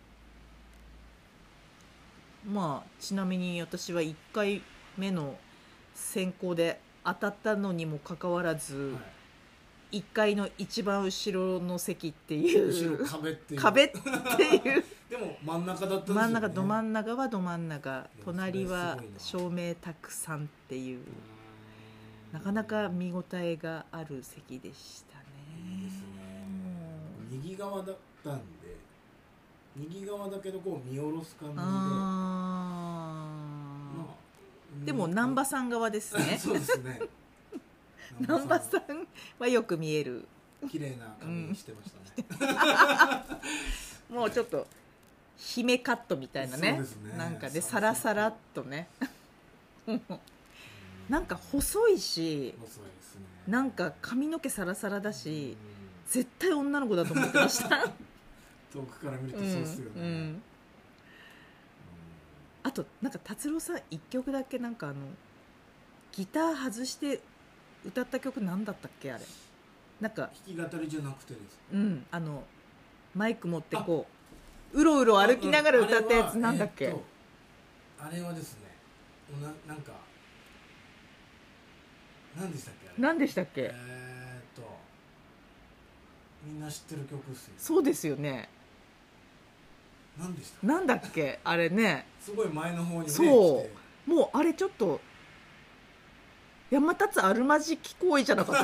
まあちなみに私はいっかいめの選考で当たったのにもかかわらず、 うんはいいっかいの一番後ろの席っていう後ろ壁っていう壁っていうでも真ん中だったんですよね。 真ん中ど真ん中はど真ん中、 や隣はそれす照明たくさんっていうなかなか見応えがある席でしたね。 いいですね。右側だったんで右側だけどこう見下ろす感じで、 あまーでも難波さん側ですねそうですね。 難波さんはよく見える。 綺麗な髪にしてましたね。 もうちょっと姫カットみたいなね、 そうですねなんかでサラサラっとねなんか細いし細いですね。 なんか髪の毛サラサラだし絶対女の子だと思ってました遠くから見るとそうですよね。 うんうんあとなんか達郎さん一曲だけなんかあのギター外して歌った曲なんだったっけあれなんか弾き語りじゃなくてです。 うんあのマイク持ってこううろうろ歩きながら歌ったやつなんだっけ、 えーとあれはですねななんか何でしたっけあれ何でしたっけ、 えーっとみんな知ってる曲っすよ。 そうですよね。 何でしたなんだっけあれね。 すごい前の方にねそう来てもうあれちょっと山立あるまじき行為じゃなか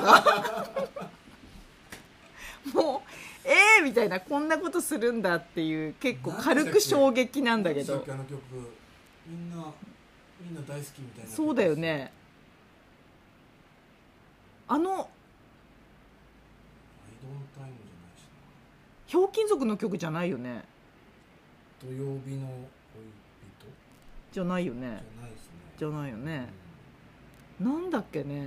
ったもうえーみたいな、こんなことするんだっていう結構軽く衝撃なんだけど。 何でしたっけあの曲みんなみんな大好きみたいな。 そうだよね。あのアイドンタイムじゃないしな。 ひょうきん族の曲じゃないよね。 土曜日の恋人じゃないよね。 じゃないですね。 じゃないよね。 うんなんだっけね。 何で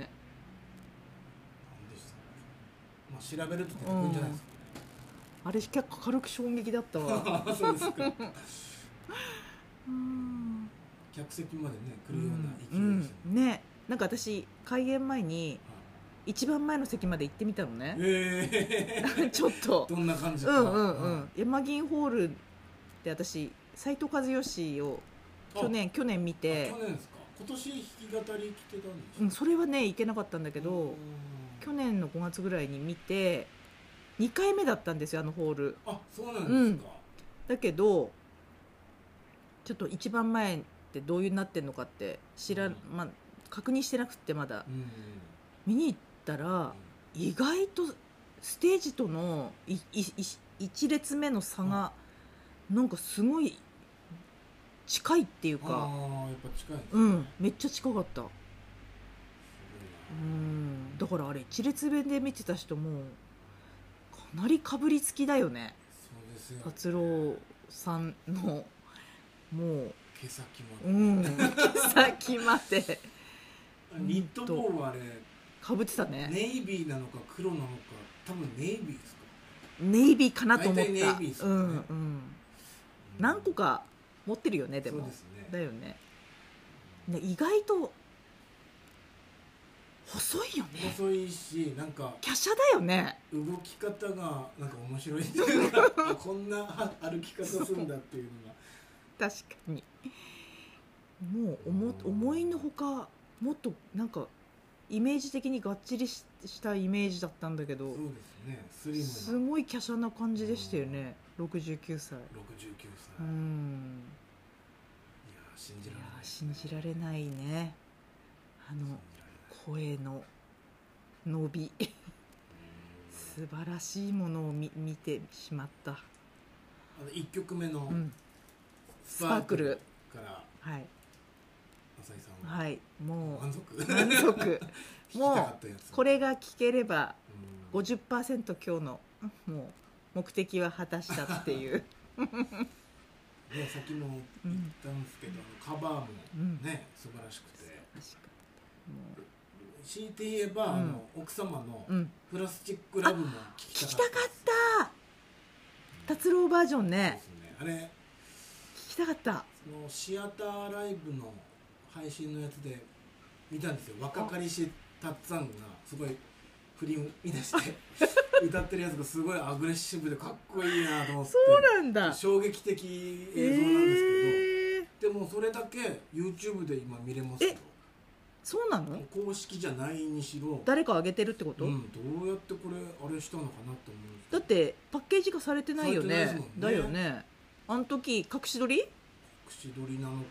したまあ調べると出てくるんじゃないですか、 あれ結構軽く衝撃だったわ。 ね、そうですか。 うん客席までね来るような勢うんいですよね。 うんね、なんか私開演前に一番前の席まで行ってみたのね。 えー、 ちょっとどんな感じうか。 んうんうん山銀ホールで私斉藤和義を去年去年見て、 去年ですか。今年弾き語り来てたんでしょ、 うん、それはね行けなかったんだけど、 うん去年のごがつぐらいに見てにかいめだったんですよ、あのホール。 あ、そうなんですか。 だけどちょっと一番前ってどういうなってんのかって知らん、まあ、確認してなくってまだうん見に行ったら意外とステージとのいいい一列目の差がなんかすごい近いっていうあか、 あ、やっぱ近いんですね。 うん、めっちゃ近かった。うすごいな。 ん、だからあれ一列目で見てた人もかなりかぶりつきだよね。 そうですよ。 達郎さんのもう毛先まで。 うん毛先までニット帽はあれかぶってたね。 ネイビーなのか黒なのか、多分ネイビーですか。 ネイビーかなと思った。 大体ネイビーですよねうんうん何個か持ってるよね。でもそうですね。 だよね。ね、意外と細いよね。 細いし、なんか華奢だよね。 動き方がなんか面白いっていうかあこんな歩き方するんだっていうのが確かに。もう思思いのほかもっとなんかイメージ的にがっちりししたイメージだったんだけど、 そうですね。スリムなすごい華奢な感じでしたよね。ろくじゅうきゅうさい。 ろくじゅうきゅうさい。 ういやん。 ー信じいやられない。 ー信じられないね。あの声の伸び素晴らしいものを見見てしまった。 あのいっきょくめのうん。 スパークルからはい浅井さんははいも満足う満足。 聞きたかったやつ。 これが聞ければうんごじゅっパーセント今日のもう目的は果たしたっていう。 ね、さっきも言ったんですけど、あのカバーもうんね、素晴らしくて、 確かにも強いて言えば、 うんあの奥様のう、うん、 プラスチックラブも聞きたかった聞きたかった達郎バージョンでね。 すね。あれ聞きたかった。 そのシアターライブの配信のやつで見たんですよ。若かりしたっつぁんがすごい振り乱して歌ってるやつがすごいアグレッシブでかっこいいなと思って、 そうなんだ。 衝撃的映像なんですけど、 えーでもそれだけ YouTube で今見れますよ。 そうなの？ 公式じゃないにしろ、 誰か上げてるってこと？ うん、どうやってこれあれしたのかなと思うんですけど、 だってパッケージ化されてないよね。 されてないですもんねだよね。あの時隠し撮り？ 口取りなのか、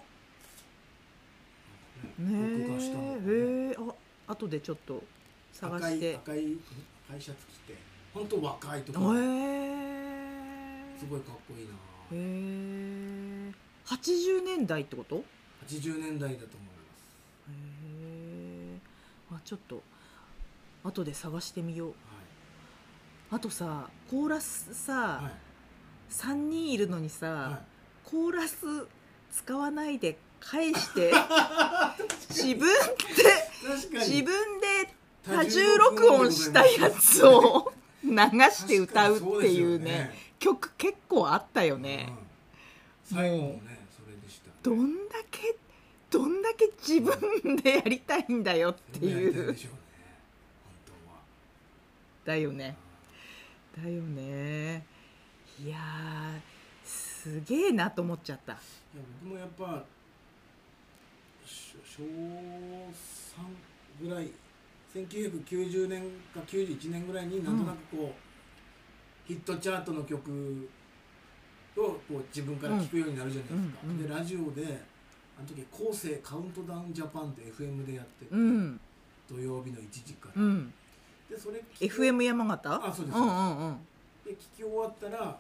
ねなんかね録画したのか、ね、 え。へえ。あ後でちょっと探赤いして。 赤い赤いシャツ着て、本当若いとか、 へえ。 すごいかっこいいな。 へえ。はちじゅうねんだいってこと？ はちじゅうねんだいだと思います。 へえ。あちょっと後で探してみよう。あとさコーラスさ、 はいはいさんにんいるのにさ、 はコーラス使わないで返して自分で確かに自分で多重録音したやつを流して歌うっていうね曲結構あったよね。 うん、最後もねそれでした、ね、 どんだけどんだけ自分でやりたいんだよっていやりたいでうしょうね、本当は。 だよねだよね。いやすげえなと思っちゃった。 いや僕もやっぱし小さんぐらいせんきゅうひゃくきゅうじゅうねんかきゅうじゅういちねんぐらいになんとなくこう、うん、ヒットチャートの曲をこう自分から聴くようになるじゃないですか、うんうんうん、でラジオであの時後世カウントダウンジャパンって エフエム でやってて、うん、土曜日のいちじから、うん、でそれエフエム 山形。 あそうです、 うんうんうん、 で聴き終わったら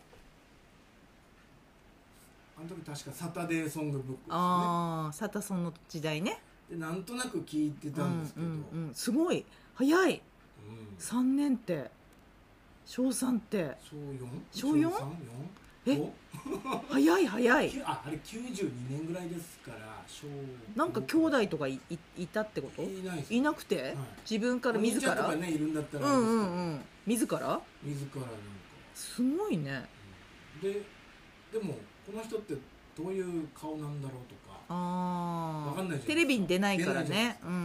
あの時確かサタデーソングブックですね。 ああ、サタソンの時代ね。 でなんとなく聞いてたんですけど、うんうんうん、すごい早い、うん、さんねんって小さんって小よん小 よん? え早い早い。 ああれきゅうじゅうにねんぐらいですから小なんか兄弟とか い, い, いたってこと？ いないです。 いなくて、はい、自分から自らお兄ちゃんとかねいるんだったらうんうんうん自ら自らなんかすごいね、 うん、ででもこの人ってどういう顔なんだろうとかあ分かんないじゃないですか。 テレビに出ないからね。うんうん。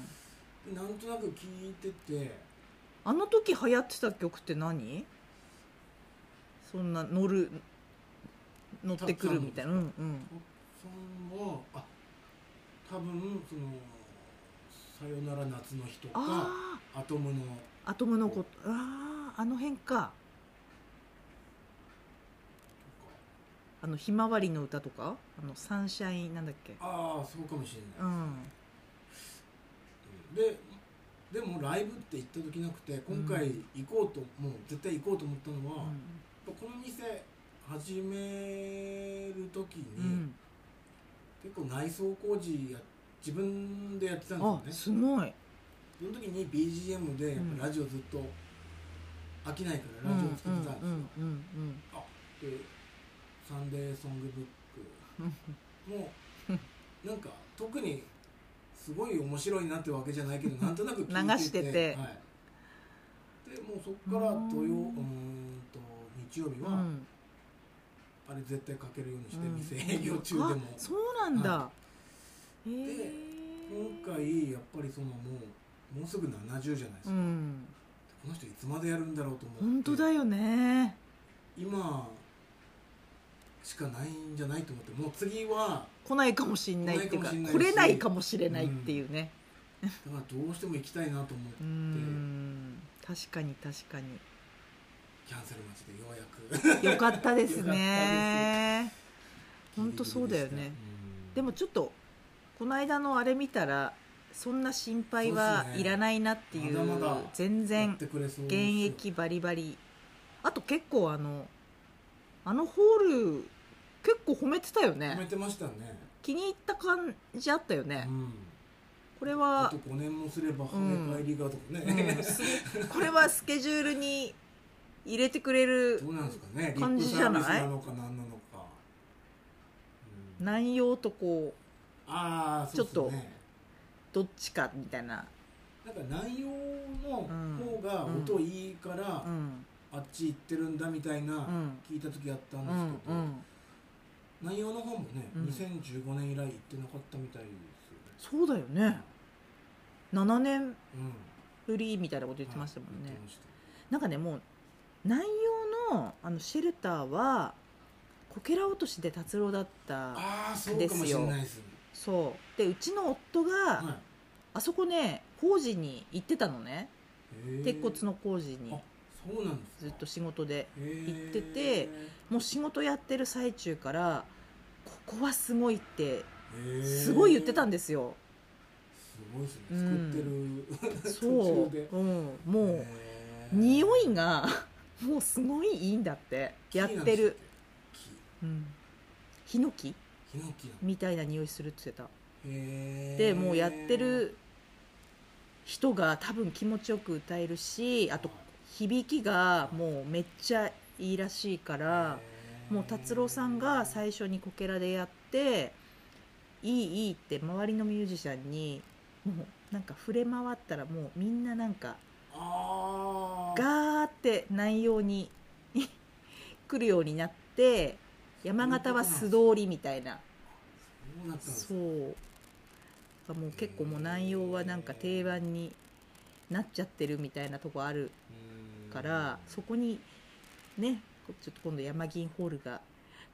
でなんとなく聞いててあの時流行ってた曲って何？そんな乗る乗ってくるみたいな。うんうん。 さんはあ多分そのさよなら夏の日とかアトムのアトムの子あああの辺か。あのひまわりの歌とかあのサンシャインなんだっけ。 ああそうかもしれない、うん、ででもライブって行った時なくて今回行こうと、うん、もう絶対行こうと思ったのは、うん、この店始める時に、うん、結構内装工事や自分でやってたんですよね。 あすごい。 その時に ビージーエム でやっぱラジオずっと飽きないからラジオつけてたんですよ。あでサンデーソングブックもなんか特にすごい面白いなってわけじゃないけどなんとなく聞いてて流してて、はい、 でもうそこから土曜うんと日曜日は、うん、あれ絶対かけるようにして、うん、店営業中でも、 あそうなんだ、はい、 で今回やっぱりそのもうもうすぐななじゅうじゃないですか、うん、この人いつまでやるんだろうと思って。 本当だよね。 今しかないんじゃないと思ってもう次は来ないかもしれないっていうか来れないかもしれないっていうね、 うん、だからどうしても行きたいなと思ってうん確かに確かにキャンセル待ちでようやくよかったですね本当そうだよね。でもちょっとこの間のあれ見たらそんな心配はいらないなっていう、 まだまだ全然現役バリバリ。あと結構あのあのホール結構褒めてたよね。 褒めてましたね。 気に入った感じあったよね、うん、これはあとごねんもすれば跳ね返りがとかね、 うんうん、これはスケジュールに入れてくれる感じじゃない？ どうなんですかね。リップサービスなのか何なのか、 うん、内容とこうあーそうですね、ちょっとどっちかみたいな。 なんか内容の方が音いいから、うんうんあっち行ってるんだみたいな聞いた時あったんですけど、うんうん、内容の方もね、うん、にせんじゅうごねん以来行ってなかったみたいですよね。 そうだよね。ななねんぶりみたいなこと言ってましたもんね、はい、なんかねもう内容 の, あのシェルターはこけら落としで達郎だったんですよ。 ああそうかもしれないです。 そうでうちの夫が、はい、あそこね工事に行ってたのね。鉄骨の工事にそうなんですか。 ずっと仕事で行っててもう仕事やってる最中からここはすごいってすごい言ってたんですよ。 すごいですね、うん、作ってるそう、うん、もう匂いがもうすごいいいんだってやってる木、うん、ヒノキヒノキみたいな匂いするって言ってた。へでもうやってる人が多分気持ちよく歌えるしあと響きがもうめっちゃいいらしいからもう達郎さんが最初にこけらでやっていいいいって周りのミュージシャンにもうなんか触れ回ったらもうみんななんかガーって内容に来るようになって山形は素通りみたいな。そうもう結構もう内容はなんか定番になっちゃってるみたいなとこあるからそこにねちょっと今度山銀ホールが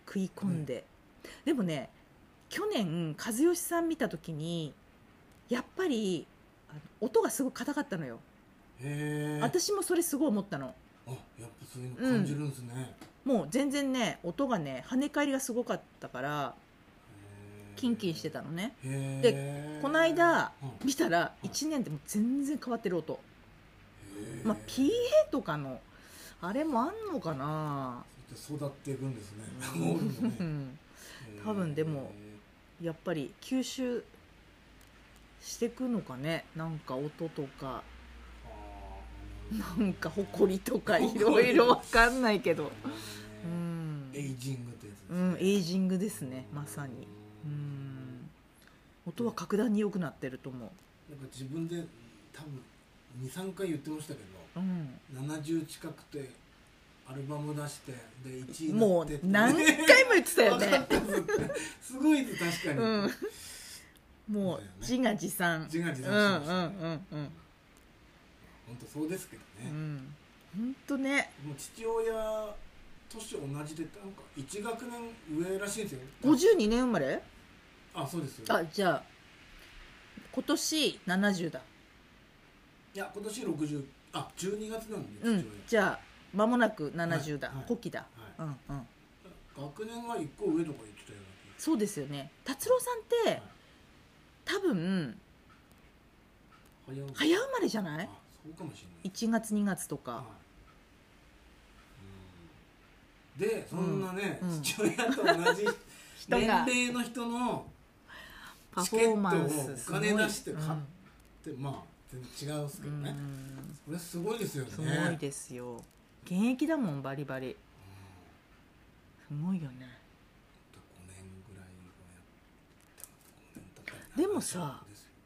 食い込んで、でもね去年和義さん見た時にやっぱりあの音がすごい硬かったのよ。 へえ。 私もそれすごい思ったの。 あ、やっぱそういうの感じるんですね。 もう全然ね音がね跳ね返りがすごかったからキンキンしてたのね。 へでえ。 この間うん見たらいちねんでもう全然変わってる音、 へえまあ、ピーエー とかのあれもあんのかな。 育っていくんですね。 うもうねん多分でもやっぱり吸収してくのかね。なんか音とかなんか埃とかいろいろわかんないけど、うんエイジングってやつですね。 うんエイジングですねまさに。うん音は格段に良くなってると思う。 なんか自分で多分にさんかい言ってましたけど、 うんななじゅう近くてアルバム出してでいちいになもうってって何回も言ってたよね分かったですすごいです確かに、 うんもう自画自賛自画自賛うんしましたねうんうんうん本当そうですけどね、 うん本当ね。 もう父親年同じでなんかいち学年上らしいんですよ。 ごじゅうにねん生まれ。 あ、そうですよ。 あじゃあ今年ななじゅうだ。 いや今年ろくじゅう、あじゅうにがつなんで父親、 うんじゃあ間もなくななじゅうだ、 はいはい古希だ、 はうんうん学年がいっこ上とか言ってたような気がそうですよね。達郎さんって、 はい多分早生まれ早生まれじゃないあ、そうかもしれない。 いちがつにがつとか。 はいうんでそんなね、 うん父親と同じ人が年齢の人のパフォーマンスチケットをお金出して買っうんて、まあ全然違うんですけどね、 うんこれすごいですよね。 すごいですよ。現役だもんバリバリ。すごいよね。 ごねんぐらいはやってごねん経ったらでもさですよ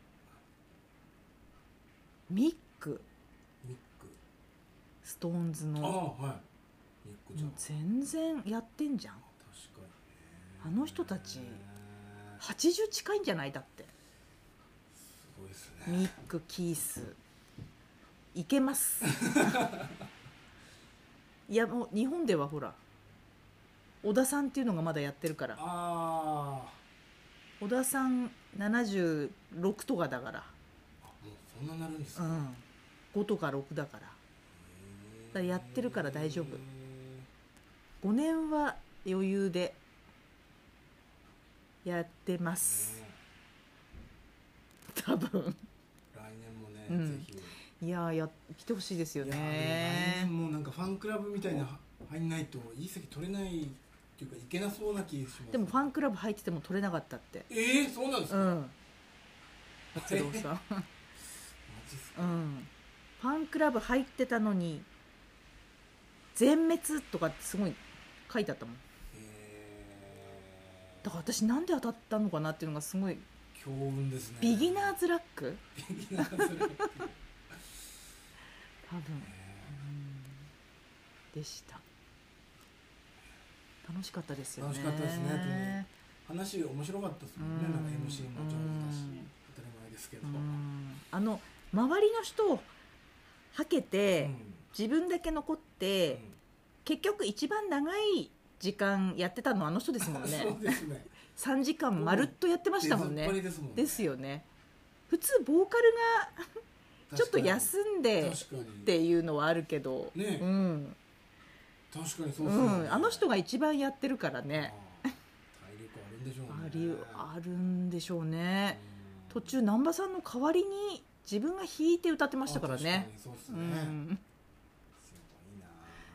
ミックミックストーンズあのあはいミックちゃんもう全然やってんじゃん。 確かにねあの人たちすはちじゅう近いんじゃないだってごいですミね。 ックキースいけますいやもう日本ではほら小田さんっていうのがまだやってるから。 あ小田さんななじゅうろくとかだから、 ーあもうそんななるんですか、 うん、ごとかろくだから。だからやってるから大丈夫。ごねんは余裕でやってます多分。 来年もね、 うんぜひいやーや来てほしいですよいやでも来ね年。もなんかファンクラブみたいな入んないといい席取れないっていうかいけなそうな気します。 でもファンクラブ入ってても取れなかったって。 ええー、そうなんですか、 うん達郎さんマジっすか、 うんファンクラブ入ってたのに全滅とかってすごい書いてあったもん。 えだから私なんで当たったのかなっていうのがすごい。 ー、強運ですね。 ビギナーズラックビギナーズラック多分えでした。楽しかったですよね。 楽しかったですねー話面白かったですもんね、 うんなんか エムシー も上手だしうん当たり前ですけど、 うんあの周りの人をはけて、 うん自分だけ残って、 うん結局一番長い時間やってたのはあの人ですもんねそうですね。 さんじかんまるっとやってましたもんね。 出ずっぱりですもんね。 ですよね。普通ボーカルがちょっと休んで確かにっていうのはあるけど、 ねうん確かにそううですね、 ん、あの人が一番やってるからね。 あー体力あるんでしょうね。 ありあるんでしょうね。 うん途中難波さんの代わりに自分が弾いて歌ってましたからね。 あ確かにそうですうね、 ん、 すごいな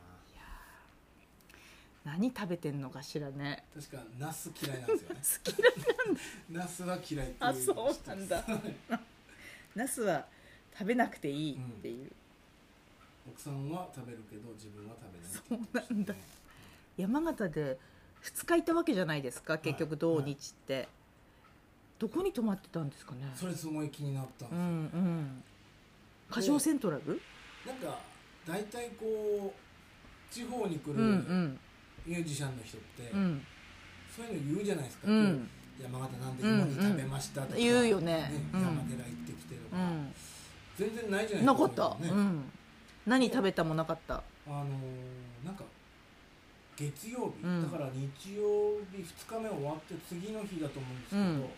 何食べてんのかしらね。 確かナス嫌いなんですよね好きなナスは嫌いっていうあそうなんだナスは食べなくていいっていう、 奥さんは食べるけど自分は食べないって言ってましたね。 そうなんだ山形でふつかいたわけじゃないですか結局土日って、どこに泊まってたんですかね。 それすごい気になったんですよ、 うんうん歌唱セントラル、 なんか大体こう地方に来るうんうんミュージシャンの人って、 うんそういうの言うじゃないですか、 うん山形なんで芋煮食べましたとか、 言うよねうん山寺行ってきてとか、 うん全然ないじゃないですか。 なかった、 そういうのねうん、何食べたもなかった。 あのーなんか月曜日、 うんだから日曜日ふつかめ終わって次の日だと思うんですけど、 うんあのなんだっ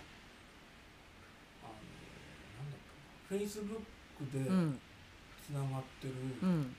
けな、フェイスブックでうんつながってる、 うん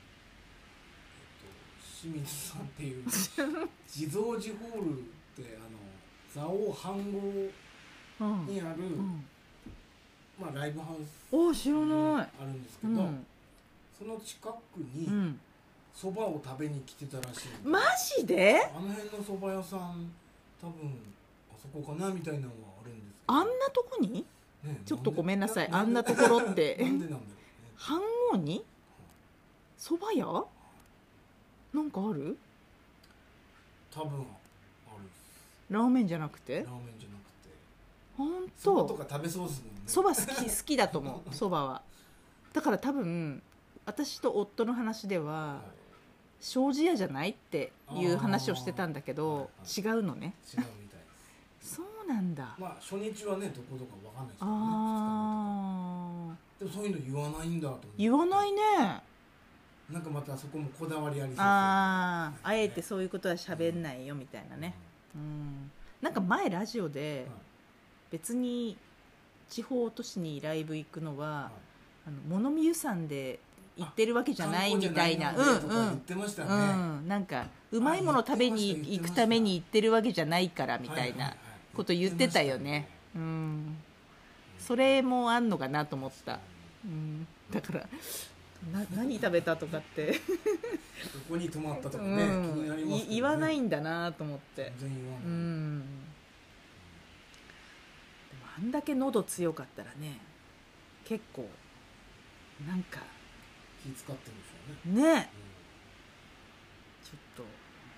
清水さんっていう地蔵寺ホールってあの蔵王飯うん合にある、 うんまあ、ライブハウスお知らないあるんですけど、 うんその近くうにんそばを食べに来てたらしいんで、 マジであの辺のそば屋さん多分あそこかなみたいなのはあるんですけど、 あんなとこにね、 ちょっとごめんなさいんであんなところってなんでなんだろうね。 飯合にそば屋なんかある多分あるラーメンじゃなくてラーメンじゃなくてほんそばととか食べそうですもんね。 そば好き好きだと思うそばはだから多分私と夫の話ではは庄司屋じゃないっていう話をしてたんだけどあ違うのねい、違うみたいです。 そうなんだまあ初日はねどこどこわかんないですけどね。 あーでもそういうの言わないんだと思って。 言わないねなんかまたそこもこだわりありそうですよね。 あああえてそういうことは喋んないよみたいなねうんなんか前ラジオで別に地方都市にライブ行くのはあの物見湯山で行ってるわけじゃないみたいな観光じゃないのでとかうん言ってましたね。 うんなんかうまいもの食べに行くために行ってるわけじゃないからみたいなこと言ってたよねうんそれもあんのかなと思ったうんだからな何食べたとかってここに泊まったとかうね、 ん気になりますけどね。 い言わないんだなと思って全然言わない。 うんでもあんだけ喉強かったらね結構なんか気使ってるんでしょうね。 ねちょっと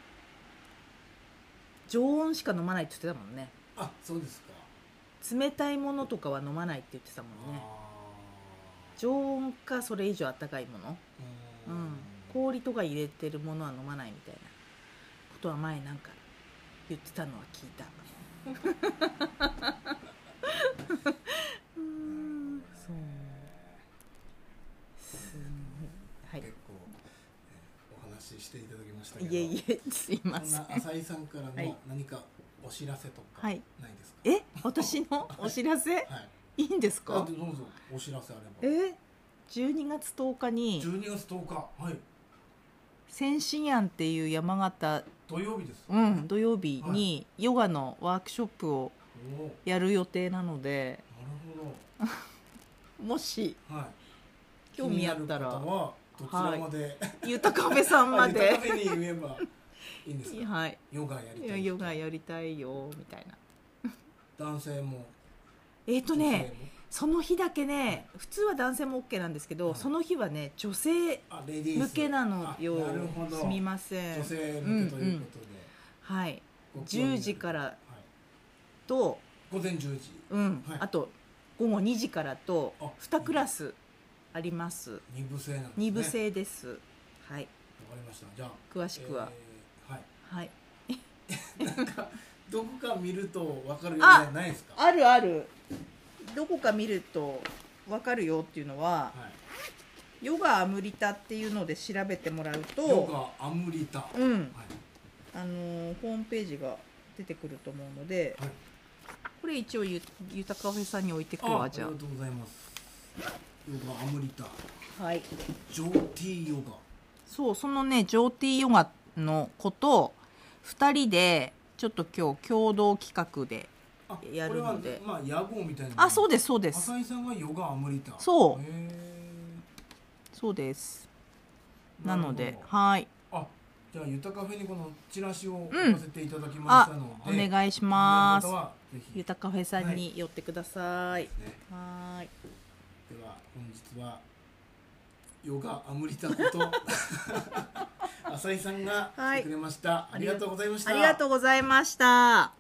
常温しか飲まないって言ってたもんねあ、そうですか。 冷たいものとかは飲まないって言ってたもんねあ常温かそれ以上あったかいもの、 ーうん、氷とか入れてるものは飲まないみたいなことは前なんか言ってたのは聞いたうんそうすごいはい結構、えーお話ししていただきましたけど。 いえいえすいまそんせんな浅井さんからはいの何かお知らせとかはいないですか。 え私のお知らせ、 はい。 い、いんですかあどうぞお知らせあれば。 えじゅうにがつとおかにじゅうにがつとおか、はい。 先進庵っていう山形、 土曜日です。 うん、土曜日にヨガのワークショップをおお、 やる予定なのでなるもしほど。はい。 興味あったら気になる方はどちらまで、 ゆたカフェさんまあでカフェに言えばいいんですか。 はいヨガやりたい人。 ヨガやりたいよみたいな男性も。 えっ、と女性ねその日だけね普通は男性も OK なんですけど、 はいその日はね女性も。あ、レディース向けなのよあなるほど。 すみません女性向けということで。 はいご興味あるじゅうじからはい。 と、 午前じゅうじ。 うんはいあと午後にじからとあにクラスあります二部制なんですね。 に部制ですはいわかりました。じゃあ詳しくは、 えーはい。 はいなんかどこか見るとわかるようあじゃないですか。 あるあるどこか見ると分かるよっていうのははい。 ヨガアムリタっていうので調べてもらうヨとガアムリタ。はい。 うんあのーホームページが出てくると思うので、 はいこれ一応ゆゆたカフェさんに置いてくあ、あわじゃりがとうございます。ヨガアムリタ。 あはいジョーティーヨガ。 そうそのねジョーティーヨガの子とふたりでちょっと今日共同企画であ、 やるのでこれはまあ屋号みたいな。 あそうですそうです浅井さんがヨガアムリタ。 そうへそうですーなのでるほはいどあ、じゃあゆたカフェにこのチラシをうん置かせていただきましあたのおで、 願いします気になる方はぜひゆたカフェさんに寄ってください、 ね。 はーいでは本日はヨガアムリタこと浅井さんが来てくれました、ありがとうございました。 ありがとうございました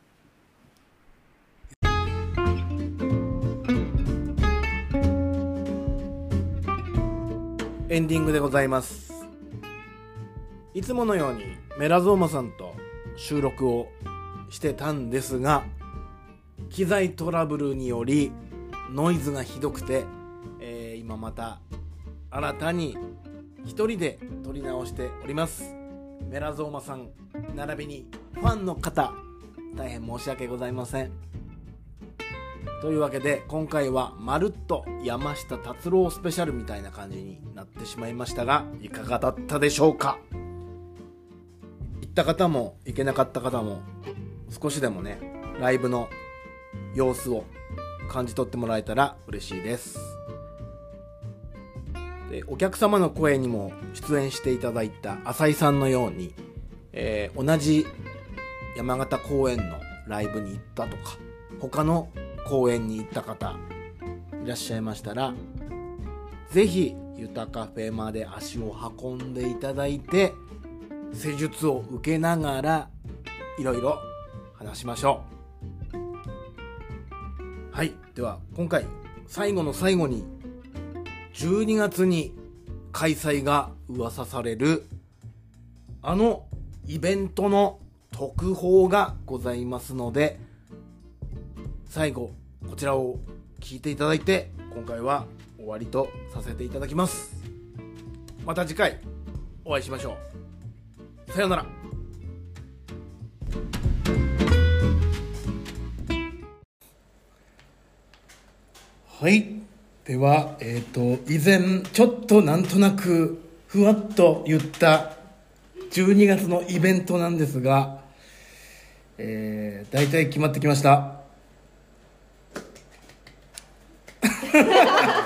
エンディングでございます。いつものようにメラゾーマさんと収録をしてたんですが、機材トラブルによりノイズがひどくて、えー今また新たに一人で撮り直しております。 メラゾーマさん並びにファンの方、大変申し訳ございません。というわけで今回はまるっと山下達郎スペシャルみたいな感じになってしまいましたが、いかがだったでしょうか。行った方も行けなかった方も少しでもね、ライブの様子を感じ取ってもらえたら嬉しいです。で、お客様の声にも出演していただいた浅井さんのように、えー、同じ山形公演のライブに行ったとか、他の公演に行った方いらっしゃいましたら、ぜひゆたカフェまで足を運んでいただいて、施術を受けながらいろいろ話しましょう。はい、では今回最後の最後にじゅうにがつに開催が噂されるあのイベントの特報がございますので、最後こちらを聞いていただいて今回は終わりとさせていただきます。また次回お会いしましょう。さようなら。はい、では、えーと、以前ちょっとなんとなくふわっと言ったじゅうにがつのイベントなんですが、えー、大体決まってきました。えー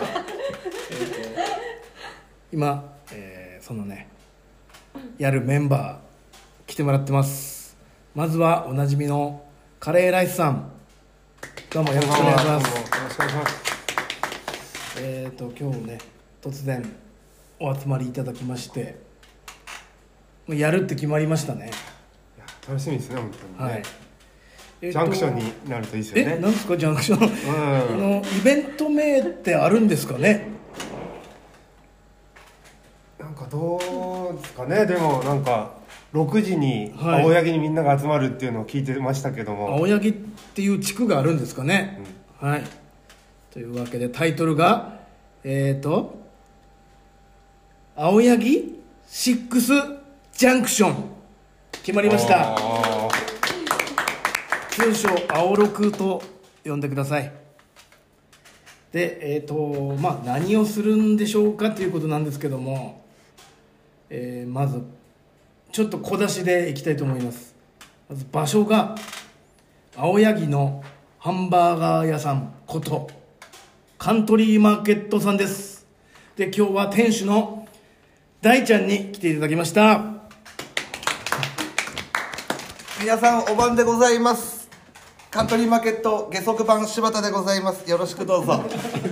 今、えー、そのねやるメンバー来てもらってます。まずはおなじみのカレーライスさん、どうもよろしくお願いします。よろしくお願いします。えーと今日ね突然お集まりいただきまして、もうやるって決まりましたね。 いや楽しみですね本当にね、 はい、 えー、ジャンクションになるといいですよね。 え、なんですかジャンクション、うん、あのイベント名ってあるんですかね。 なんかどうですかね。でもなんかろくじに青柳にみんなが集まるっていうのを聞いてましたけども、 青柳っていう地区があるんですかね、うん、はい。というわけでタイトルがえーと青柳シックスジャンクション決まりました。通称青六と呼んでください。で、えーとまあ、何をするんでしょうかということなんですけども、えー、まずちょっと小出しでいきたいと思います。まず場所が青柳のハンバーガー屋さんことカントリーマーケットさんです。で、今日は店主の大ちゃんに来ていただきました。 皆さんお晩でございます。カントリーマーケット下足版柴田でございます。よろしくどうぞ。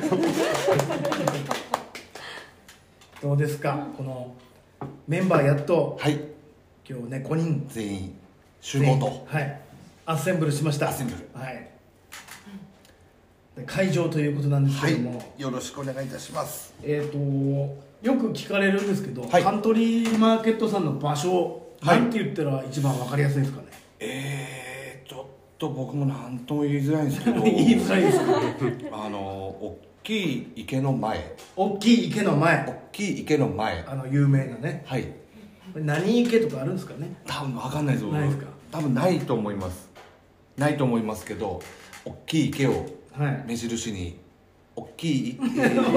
どうですか、このメンバーやっと、 はい、 今日ねごにん全員集合と、 はい、アッセンブルしました。 アッセンブル、 はい、で会場ということなんですけども、 はい、よろしくお願いいたします。 えーとよく聞かれるんですけど、 はい、 カントリーマーケットさんの場所、はい、なんて言ったら一番わかりやすいですかね。 えー、ちょっと僕も何とも言いづらいんですけど言いづらいですかあの大きい池の前、 大きい池の前、 大きい池の前、 あの有名なね、 はい、 何池とかあるんですかね。 多分分かんないです。 ないですか。 多分ないと思いますないと思いますけど、大きい池を目印に、はい、大きい池を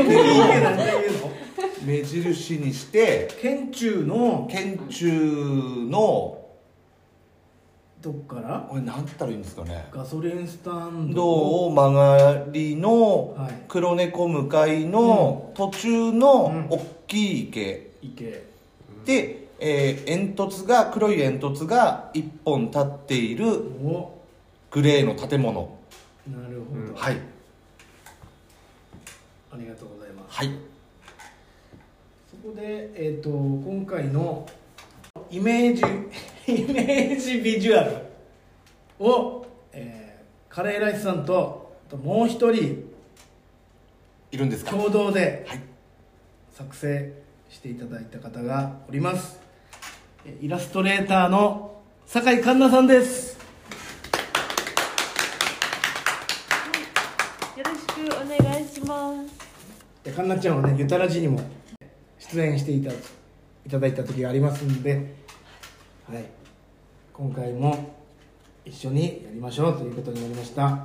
目印にして県中の県中のどっからこれ何て言ったらいいんですかね、 ガソリンスタンドを曲がりの黒猫向かいの途中の大きい池、 うん、池で、えー、煙突が黒い煙突がいっぽん立っているグレーの建物。 なるほど、 うん、はい、 ありがとうございます。 はい、 そこで、えーと、今回のイメージイメージビジュアルを、えー、カレーライスさんともう一人いるんですか。 共同ではい、 作成していただいた方がおります。イラストレーターの酒井環奈さんです。 よろしくお願いします。 環奈ちゃんはね、ゆたらじにも出演していたいただいた時がありますんで、 はい、今回も一緒にやりましょうということになりました。 はい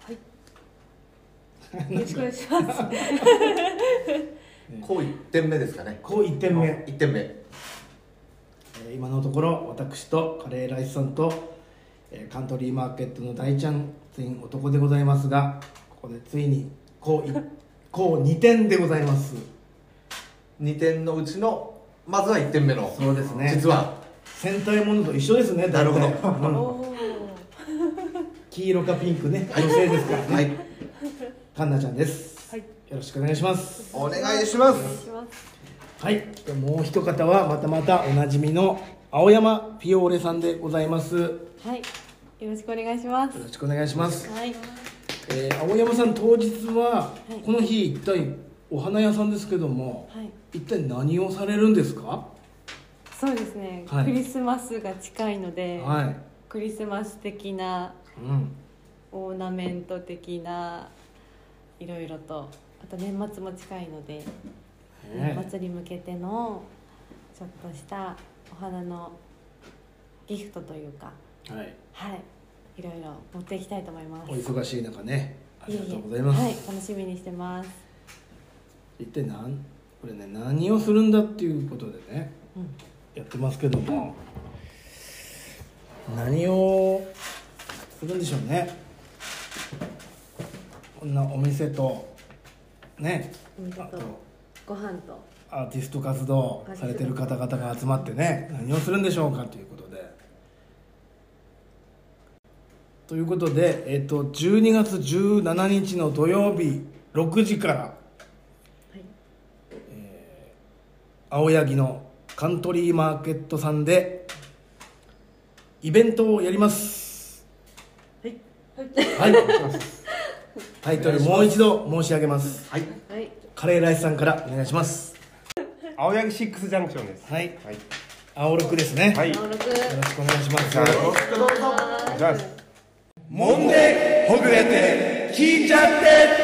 。よろしくお願いします。 こういってんめですかね。 こういってんめ。 いってんめ。 えー今のところ私とカレーライスさんと、えーカントリーマーケットの大ちゃん全員男でございますが、ここでついにこういこうにてんでございます。 にてんのうちのまずはいってんめの。 そうですね。 実は戦隊ものと一緒ですね。 なるほど大体うん黄色かピンクね、女性ですからね。 はい。 カンナちゃんです。 はい。 よろしくお願いします。 お願いします。 お願いします。 はい。でもう一方はまたまたおなじみの青山ピオーレさんでございます。よはい。よろしくお願いします。 ろしくお願いします。 はい。 えー青山さん当日は、 いこの日一体お花屋さんですけども、 はい。 一体何をされるんですか？ そうですね。 はいクリスマスが近いので、 はい。 クリスマス的なうん。 オーナメント的ないろいろと、あと年末も近いので、 ね年末に向けてのちょっとしたお花のギフトというか、 はい。 はい。いろいろ持っていきたいと思います。 お忙しい中ね、ありがとうございええます。 はい、楽しみにしてます。 一体何これね何をするんだっていうことでね、 うんやってますけども、何をするんでしょうね。こんなお店とね、 お店とあとご飯とアーティスト活動されてる方々が集まってね、何をするんでしょうかということで。ということで、えっと、じゅうにがつじゅうしちにちの土曜日ろくじから、 はいえー青柳のカントリーマーケットさんでイベントをやります。 はいはい。タイトルもう一度申し上げます。 はい。 はいカレーライスさんからお願いします。 青柳シックスジャンクションです。 はい。 はい。 青六ですね。 はい。 登録よろしくお願いします。 はいよろしくどうぞ。 お願いします。 もんでほぐれて聞いちゃって